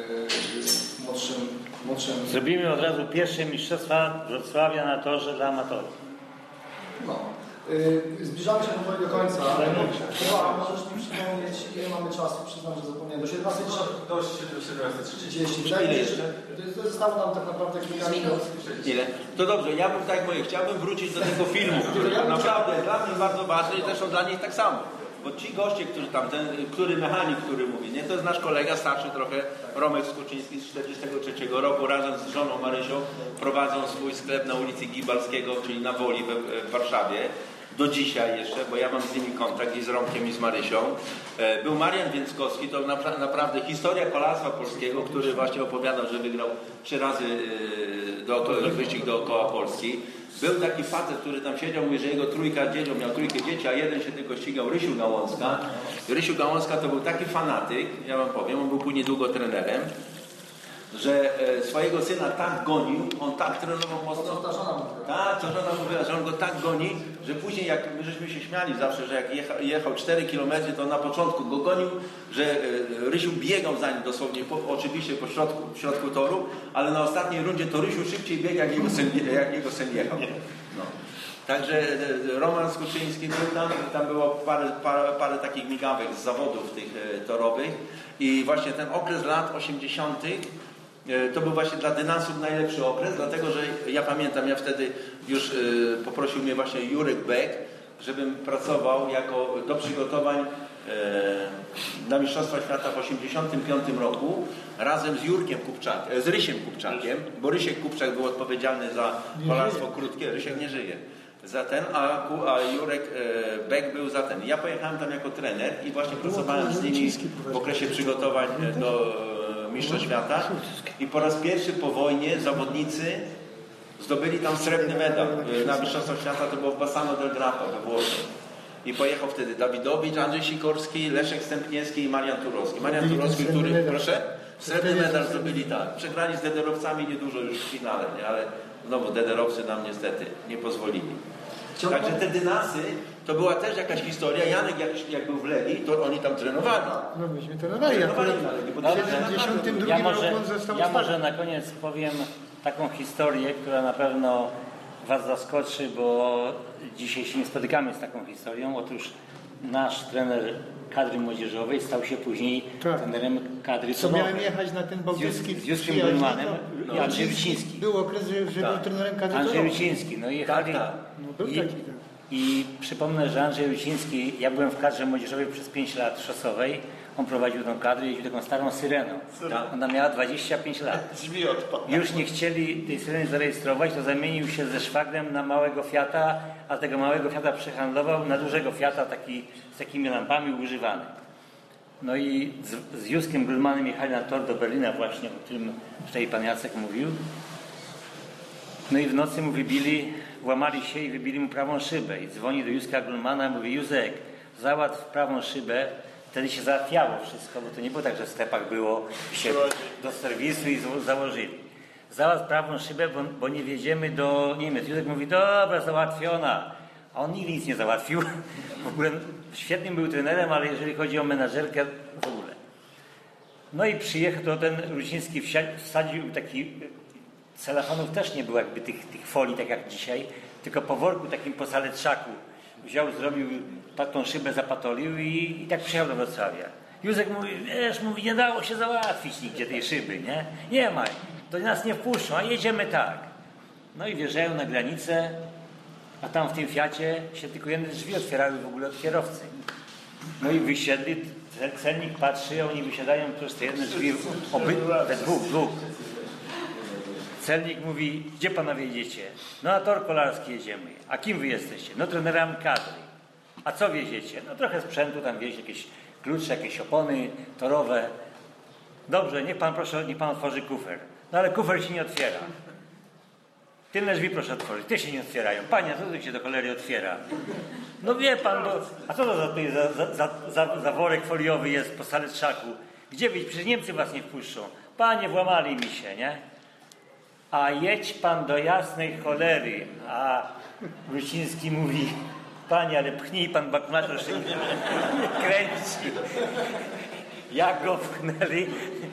młodszym.
Zrobimy od razu pierwsze mistrzostwa Wrocławia na torze dla amatorów.
No. Zbliżamy się powoli do końca. Możesz mi przypomnieć, ile mamy czasu? Przyznam, że zapomniałem. Do 17
Do 17:30.
Wydaje mi się, że zostało nam tak naprawdę kilka minut.
Ile? To dobrze, ja bym tak mówię, chciałbym wrócić do tego filmu, który naprawdę dla mnie bardzo ważny i zresztą dla nich tak samo. Bo ci goście, którzy tam, który mechanik, który mówi, nie, to jest nasz kolega starszy trochę, Romek Skuczyński z 1943 roku, razem z żoną Marysią prowadzą swój sklep na ulicy Gibalskiego, czyli na Woli w Warszawie. Do dzisiaj jeszcze, bo ja mam z nimi kontakt i z Romkiem i z Marysią. Był Marian Więckowski, to naprawdę historia kolarstwa polskiego, który właśnie opowiadał, że wygrał 3 razy wyścig dookoła Polski. Był taki facet, który tam siedział, mówi, że jego trójka dziecią, miał trójkę dzieci, a jeden się tylko ścigał, Rysiu Gałązka. Rysiu Gałązka to był taki fanatyk, ja wam powiem, on był później długo trenerem, że swojego syna tak gonił, on tak trenował mocno.
Ta żona mówiła.
Tak, to żona mówiła, że on go tak goni, że później jak my żeśmy się śmiali zawsze, że jak jechał 4 km, to na początku go gonił, że Rysiu biegał za nim dosłownie, oczywiście w środku toru, ale na ostatniej rundzie to Rysiu szybciej biegł, jak jego syn jechał. No. Także Roman Skuczyński był tam było parę takich migawek z zawodów tych torowych i właśnie ten okres lat 80. To był właśnie dla dynansów najlepszy okres, dlatego że ja pamiętam, ja wtedy już poprosił mnie właśnie Jurek Beck, żebym pracował do przygotowań na Mistrzostwa Świata w 1985 roku razem z z Rysiem Kupczakiem, bo Rysiek Kupczak był odpowiedzialny za kolarstwo krótkie, Rysiek nie żyje, za ten, a Jurek Beck był za ten. Ja pojechałem tam jako trener i właśnie pracowałem z nimi w okresie przygotowań do Mistrzostw Świata i po raz pierwszy po wojnie zawodnicy zdobyli tam srebrny medal na Mistrzostwach Świata, to było w Bassano del Grappa we Włoszech. I pojechał wtedy Dawidowicz, Andrzej Sikorski, Leszek Stępniewski i Marian Turowski. Marian Turowski, który, proszę, srebrny medal zdobyli, tak. Przegrali z Dederowcami niedużo już w finale, nie? Ale znowu Dederowcy nam niestety nie pozwolili. Także te dynasy to była też jakaś historia. Janek jak był w Legii, to oni tam trenowali.
No myśmy trenowali.
Ja może na koniec powiem taką historię, która na pewno Was zaskoczy, bo dzisiaj się nie spotykamy z taką historią. Otóż nasz trener kadry młodzieżowej stał się później trenerem kadry
Co
tonowej.
miałem jechać na ten bałtycki
Z Józefem Gulmanem i Andrzej Wiciński.
Był okres, że był trenerem kadry
Andrzej
tonowej.
Wiciński. No i jechali.
No był taki.
I przypomnę, że Andrzej Wiciński, ja byłem w kadrze młodzieżowej przez 5 lat szosowej. On prowadził tą kadrę, jeździł taką starą Syreną. Ona miała 25 lat.
Drzwi odpadły.
Już nie chcieli tej Syreny zarejestrować, to zamienił się ze szwagrem na małego Fiata, a tego małego Fiata przehandlował na dużego Fiata z takimi lampami używanym. No i z Józkiem Grulmanem jechali na tor do Berlina właśnie, o którym tutaj pan Jacek mówił. No i w nocy mu włamali się i wybili mu prawą szybę. I dzwoni do Józka Grulmana i mówi: Józek, załatw prawą szybę. Wtedy się załatwiało wszystko, bo to nie było tak, że w stepach było się do serwisu i założyli. Załatw prawą szybę, bo nie wjedziemy do Niemiec. Józek mówi: dobra, załatwiona. A on nigdy nic nie załatwił. W ogóle świetnym był trenerem, ale jeżeli chodzi o menadżerkę, w ogóle. No i przyjechał, to ten Ruciński wsadził taki, celefonów też nie było jakby tych folii, tak jak dzisiaj, tylko po worku takim po saletrzaku wziął, zrobił tą szybę, zapatolił i tak przyjechał do Wrocławia. Józek mówi, nie dało się załatwić nigdzie tej szyby, nie? Nie ma, to nas nie wpuszczą, a jedziemy tak. No i wjeżdżają na granicę, a tam w tym Fiacie się tylko jedne drzwi otwierały w ogóle od kierowcy. No i wysiedli, celnik patrzy, a oni wysiadają przez te jedne drzwi, we dwóch. Celnik mówi: gdzie panowie jedziecie? No na tor kolarski jedziemy. A kim wy jesteście? No trenerami kadry. A co wieziecie? No trochę sprzętu, tam wiezie jakieś klucze, jakieś opony torowe. Dobrze, niech pan otworzy kufer. No ale kufer się nie otwiera. Tylne drzwi proszę otworzyć. Te się nie otwierają. Panie, co tu się do cholery otwiera? No wie pan, a co to za worek foliowy jest po saletrzaku? Gdzie wyjść? Przecież Niemcy was nie wpuszczą. Panie, włamali mi się, nie? A jedź pan do jasnej cholery. A Ruciński mówi: panie, ale pchnij pan bakunator, że nie kręci. Jak go pchnęli,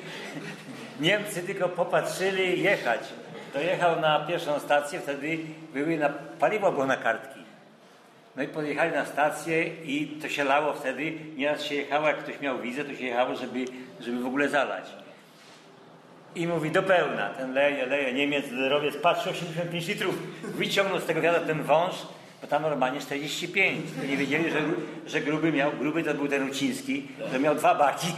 Niemcy tylko popatrzyli jechać. Dojechał na pierwszą stację, wtedy paliwo było na kartki. No i podjechali na stację i to się lało wtedy. Nieraz się jechało, jak ktoś miał wizę, to się jechało, żeby w ogóle zalać. I mówi: do pełna. Ten leje, Niemiec, Dederowiec, patrzy, 85 litrów. Wyciągnął z tego wiatra ten wąż, bo tam normalnie 45. To nie wiedzieli, że gruby to był ten Ruciński, to miał 2 baki.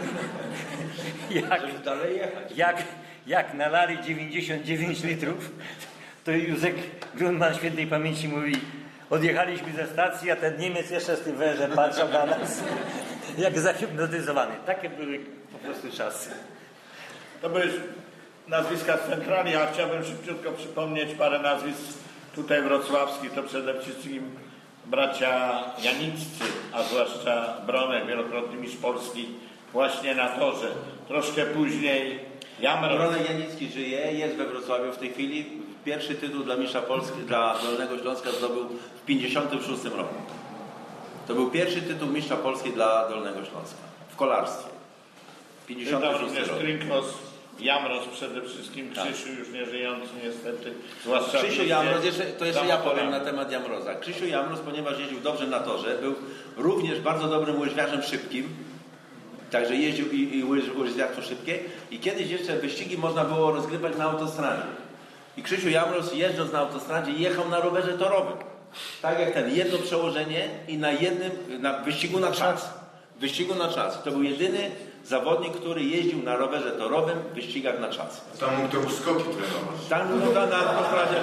Jak nalali 99 litrów, to Józek Grunman świętej pamięci mówi: odjechaliśmy ze stacji, a ten Niemiec jeszcze z tym wężem patrzał na nas, jak zahipnotyzowany. Takie były po prostu czasy.
To były nazwiska z centrali, a chciałbym szybciutko przypomnieć parę nazwisk tutaj wrocławskich. To przede wszystkim bracia Janiccy, a zwłaszcza Bronek, wielokrotny mistrz Polski właśnie na torze. Troszkę później Jamroz.
Bronek Janicki żyje, jest we Wrocławiu w tej chwili. Pierwszy tytuł dla mistrza Polski, dla Dolnego Śląska zdobył w 1956 roku. To był pierwszy tytuł mistrza Polski dla Dolnego Śląska w kolarstwie. 56 rok.
Krynkos, Jamroz przede wszystkim, Krzysiu już nieżyjący niestety. Zwłaszcza
Krzysiu Jamroz, jeszcze ja powiem na temat Jamroza. Krzysiu Jamroz, ponieważ jeździł dobrze na torze, był również bardzo dobrym łyżwiarzem szybkim. Także jeździł i łyżwiarstwo szybkie. I kiedyś jeszcze wyścigi można było rozgrywać na autostradzie. I Krzysiu Jamroz, jeżdżąc na autostradzie, jechał na rowerze torowym. Tak jak ten, jedno przełożenie i na wyścigu na czas. Wyścigu na czas. To był jedyny zawodnik, który jeździł na rowerze torowym w wyścigach na czas.
Tam mógł te uskoki trenować.
Tam na autostradzie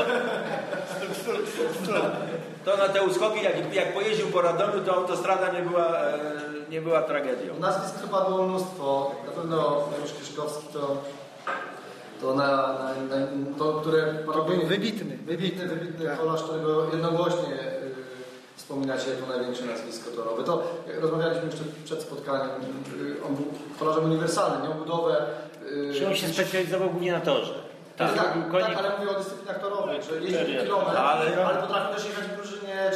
to na te uskoki, jak pojeździł po Radomiu, to autostrada nie była tragedią.
Nazwisk chyba było mnóstwo. Na pewno Janusz Kieszkowski które
To był wybitny
wybitny kolarz, którego jednogłośnie wspominacie jako największe nazwisko torowe. To jak rozmawialiśmy jeszcze przed spotkaniem. On był kolarzem uniwersalnym, miał budowę.
Czy on się specjalizował głównie na torze?
Tak, ale mówię o dyscyplinach torowych, że jeździł kilometr, ale potrafił też jechać w drużynie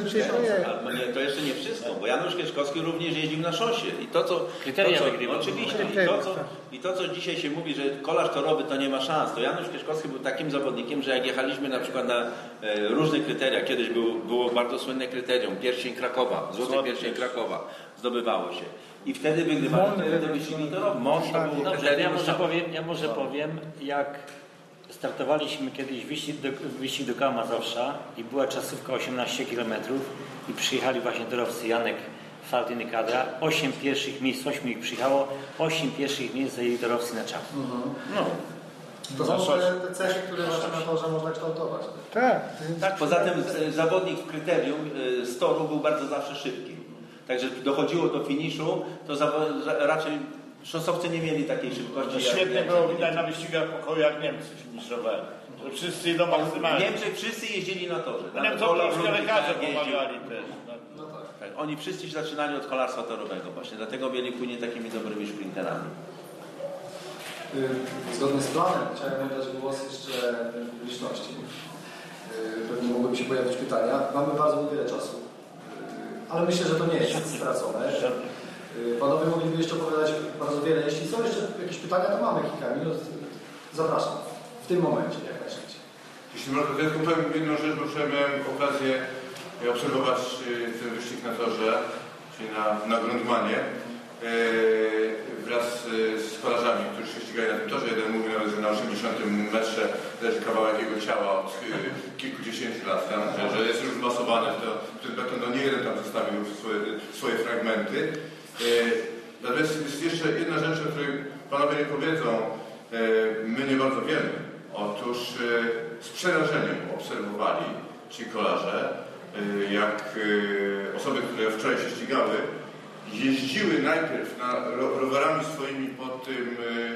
4
To jeszcze nie wszystko, bo Janusz Kieszkowski również jeździł na szosie.
Kryteria wygrywał.
Oczywiście. I to, co dzisiaj się mówi, że kolarz torowy to nie ma szans, to Janusz Kieszkowski był takim zawodnikiem, że jak jechaliśmy na przykład na różne kryteria, kiedyś było bardzo słynne kryterium, pierścień Krakowa, złoty pierścień Krakowa, zdobywało się. I wtedy wygrywano te wyścigi torowe.
Dobrze, ja może powiem, jak startowaliśmy kiedyś wyścig do Koła Mazowsza i była czasówka 18 km i przyjechali właśnie torowcy Janek Faltyn i Kadra. 8 pierwszych miejsc, 8 ich przyjechało, 8 pierwszych miejsc zajęli torowcy na czas.
To są te cechy, które właśnie na torze można kształtować.
Tak.
Poza tym zawodnik w kryterium z toru był bardzo zawsze szybki. Także dochodziło do finiszu, to raczej szosowcy nie mieli takiej szybkości.
Świetnie było widać na wyścigach pokoju, jak Niemcy finiszowali. Wszyscy idą maksymalnie.
W Niemczech wszyscy jeździli na torze.
Niemcom troszkę lekarze pomagali też.
Tak, oni wszyscy zaczynali od kolarstwa torowego właśnie, dlatego mieli później takimi dobrymi sprinterami.
Zgodnie z planem chciałem oddać głos jeszcze publiczności. Pewnie mogłyby się pojawić pytania. Mamy bardzo niewiele czasu, ale myślę, że to nie jest stracone. Panowie mogliby jeszcze opowiadać bardzo wiele. Jeśli są jeszcze jakieś pytania, to mamy kilka minut. Zapraszam. W tym momencie jak najszybciej.
Jeśli można, to ja tylko powiem jedną rzecz, bo wczoraj miałem okazję obserwować ten wyścig na torze, czyli na Grundmanie, wraz z kolarzami, którzy się ścigali na tym torze. Jeden mówił nawet, że na 80 metrze leży kawałek jego ciała od kilkudziesięciu lat tam, że jest już zmasowany w ten beton. No nie jeden tam zostawił swoje fragmenty. Natomiast jest jeszcze jedna rzecz, o której panowie nie powiedzą, my nie bardzo wiemy. Otóż z przerażeniem obserwowali ci kolarze, jak osoby, które wczoraj się ścigały, jeździły najpierw rowerami swoimi po tym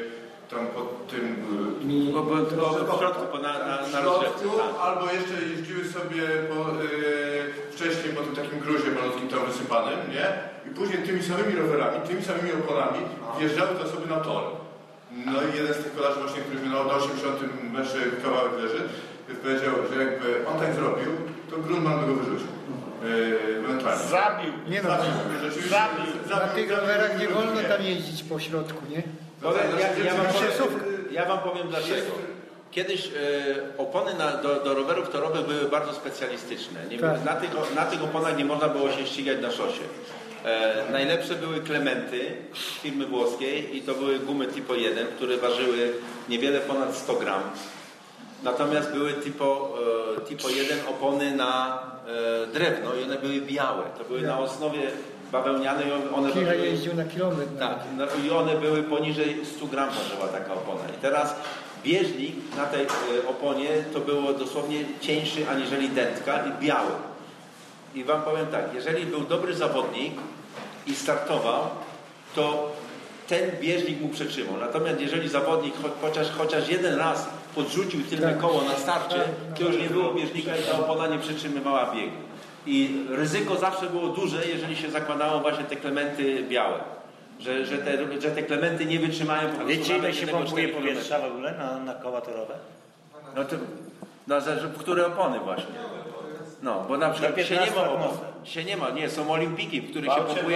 w środku, na rozgrzewce.
Albo jeszcze jeździły sobie wcześniej po tym takim gruzie malutkim tam wysypanym, nie? I później tymi samymi rowerami, tymi samymi oponami wjeżdżały te osoby na tor. No i jeden z tych kolarzy właśnie, który na 80 metrze kawałek leży, powiedział, że jakby on tak zrobił, to Grundman by go wyrzucił. Ewentualnie.
Zabił.
Nie no, na tych rowerach nie wolno tam jeździć po środku, nie?
Ja wam powiem dlaczego. Kiedyś opony do rowerów torowych były bardzo specjalistyczne. Na tych oponach nie można było się ścigać na szosie. Najlepsze były Klementy firmy włoskiej i to były gumy Tipo 1, które ważyły niewiele ponad 100 gram. Natomiast były Tipo 1 opony na drewno i one były białe. To były na osnowie bawełnianej.
Kicha jeździł na kilometr.
Tak, i one były poniżej 100 gram ważyła taka opona. I teraz bieżnik na tej oponie to było dosłownie cieńszy aniżeli dętka i biały. I wam powiem tak, jeżeli był dobry zawodnik i startował, to ten bieżnik mu przetrzymał. Natomiast jeżeli zawodnik chociaż jeden raz podrzucił tylne koło na starcie, to już nie było bieżnika i ta opona nie przetrzymywała biegu. I ryzyko zawsze było duże, jeżeli się zakładało właśnie te Klementy białe. Że te Klementy nie wytrzymają po prostu.
A wiecie, ile się pompuje powietrza w ogóle na koła torowe?
No to, w które opony właśnie? No, bo na przykład dzisiaj nie ma, są olimpiki, w których się pompuje.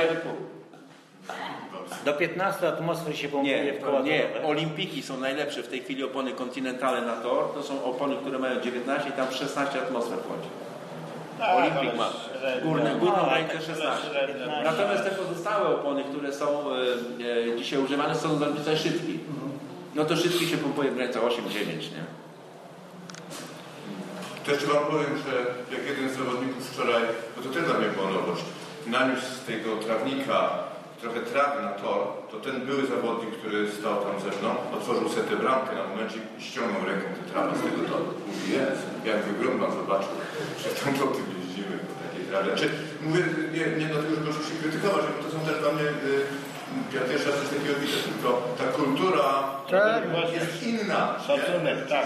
Do 15 atmosfer się pompuje w koła torowe.
Nie, olimpiki są najlepsze w tej chwili opony kontynentale na tor. To są opony, które mają 19 i tam 16 atmosfer wchodzi. Olimpik ma górną rękę 16. Natomiast te pozostałe opony, które są dzisiaj używane, są zazwyczaj szybki. No to szybki się pompuje w granicach 8-9, nie?
To jeszcze Wam powiem, że jak jeden z zawodników wczoraj, bo to też dla mnie była nowość, naniósł z tego trawnika trochę trawy na tor, to ten były zawodnik, który stał tam ze mną, otworzył sobie tę bramkę na momencie i ściągnął ręką tę trawę z tego toru. Mówi, jest, jak wyglądam, zobaczył, że tam po tym jeździmy po takiej trawie. Znaczy, mówię, nie dlatego, że proszę się krytykować, bo to są też dla mnie, ja pierwszy raz coś takiego widzę, tylko ta kultura jest inna.
Szacunek, tak.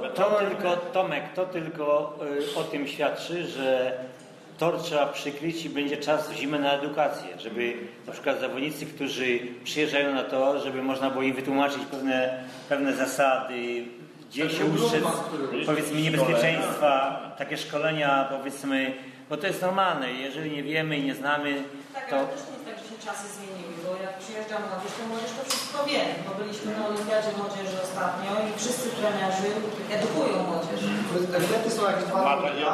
To tylko o tym świadczy, że tor trzeba przykryć i będzie czas w zimę na edukację, żeby na przykład zawodnicy, którzy przyjeżdżają na tor, żeby można było im wytłumaczyć pewne zasady, gdzie się ustrzec, powiedzmy, niebezpieczeństwa, takie szkolenia, powiedzmy, bo to jest normalne, jeżeli nie wiemy i nie znamy,
tak,
to...
ale też nie jest tak, że się czasy zmieniły, bo jak przyjeżdżam na młodzież, to wszystko wie, bo byliśmy na Olimpiadzie Młodzieży ostatnio i wszyscy trenerzy edukują młodzież.
Ewidentnie są jakieś dwa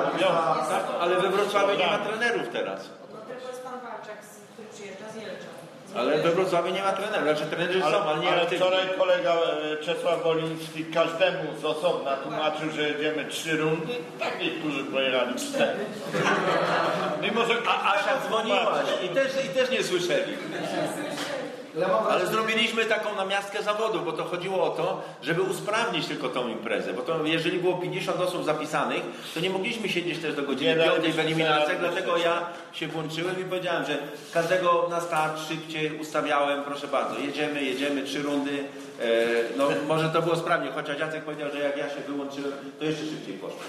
Ale we Wrocławiu nie ma trenerów teraz.
No tylko jest pan Walczak, który przyjeżdża z Jelcza.
Ale we Wrocławiu nie ma trenerów, znaczy trenerzy są, ale nie
ale
aktywni.
wczoraj kolega Czesław Woliński każdemu z osobna tłumaczył, że jedziemy 3 rundy, tak niektórzy pojechali 4. Mimo, że
Asia dzwoniłaś i też nie słyszeli. Ale zrobiliśmy taką namiastkę zawodów, bo to chodziło o to, żeby usprawnić tylko tą imprezę, bo to jeżeli było 50 osób zapisanych, to nie mogliśmy siedzieć też do godziny 5 w eliminacjach, dlatego ja się włączyłem i powiedziałem, że każdego na start szybciej ustawiałem, proszę bardzo, jedziemy 3 rundy, no może to było sprawnie, chociaż Jacek powiedział, że jak ja się wyłączyłem, to jeszcze szybciej poszło.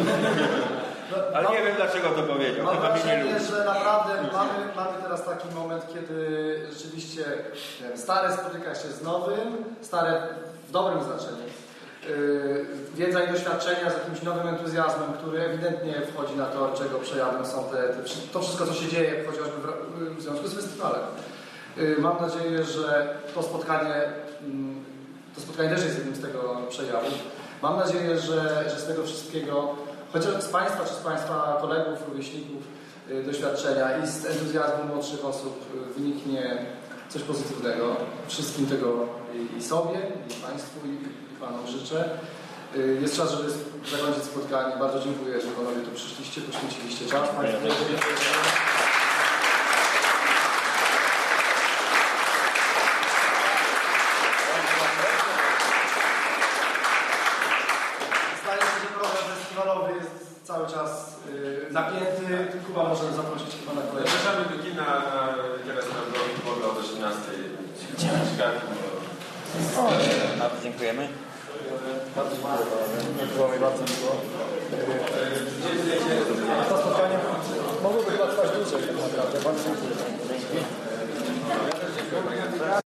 Ale nie wiem, dlaczego to powiedział.
Mam
Chyba mnie nie
wrażenie,
lubi.
że naprawdę mamy teraz taki moment, kiedy rzeczywiście nie wiem, stare spotyka się z nowym, stare w dobrym znaczeniu. Wiedza i doświadczenia z jakimś nowym entuzjazmem, który ewidentnie wchodzi na tor, czego przejawem są to wszystko, co się dzieje, chociażby w związku z festiwalem. Mam nadzieję, że to spotkanie też jest jednym z tego przejawów. Mam nadzieję, że z tego wszystkiego, chociaż z Państwa czy z Państwa kolegów, rówieśników, doświadczenia i z entuzjazmu młodszych osób wyniknie coś pozytywnego. Wszystkim tego i sobie, i Państwu, i Panom życzę. Jest czas, żeby zakończyć spotkanie. Bardzo dziękuję, że Panowie tu przyszliście, poświęciliście czas. Zdaje się, że program festiwalowy jest cały czas napięty. Kuba, może zaprosić chyba na kolejny.
Zapraszamy do kina teraz na drogę od 18:00.
Bardzo dziękujemy.
Bardzo dziękuję. Było mi bardzo miło.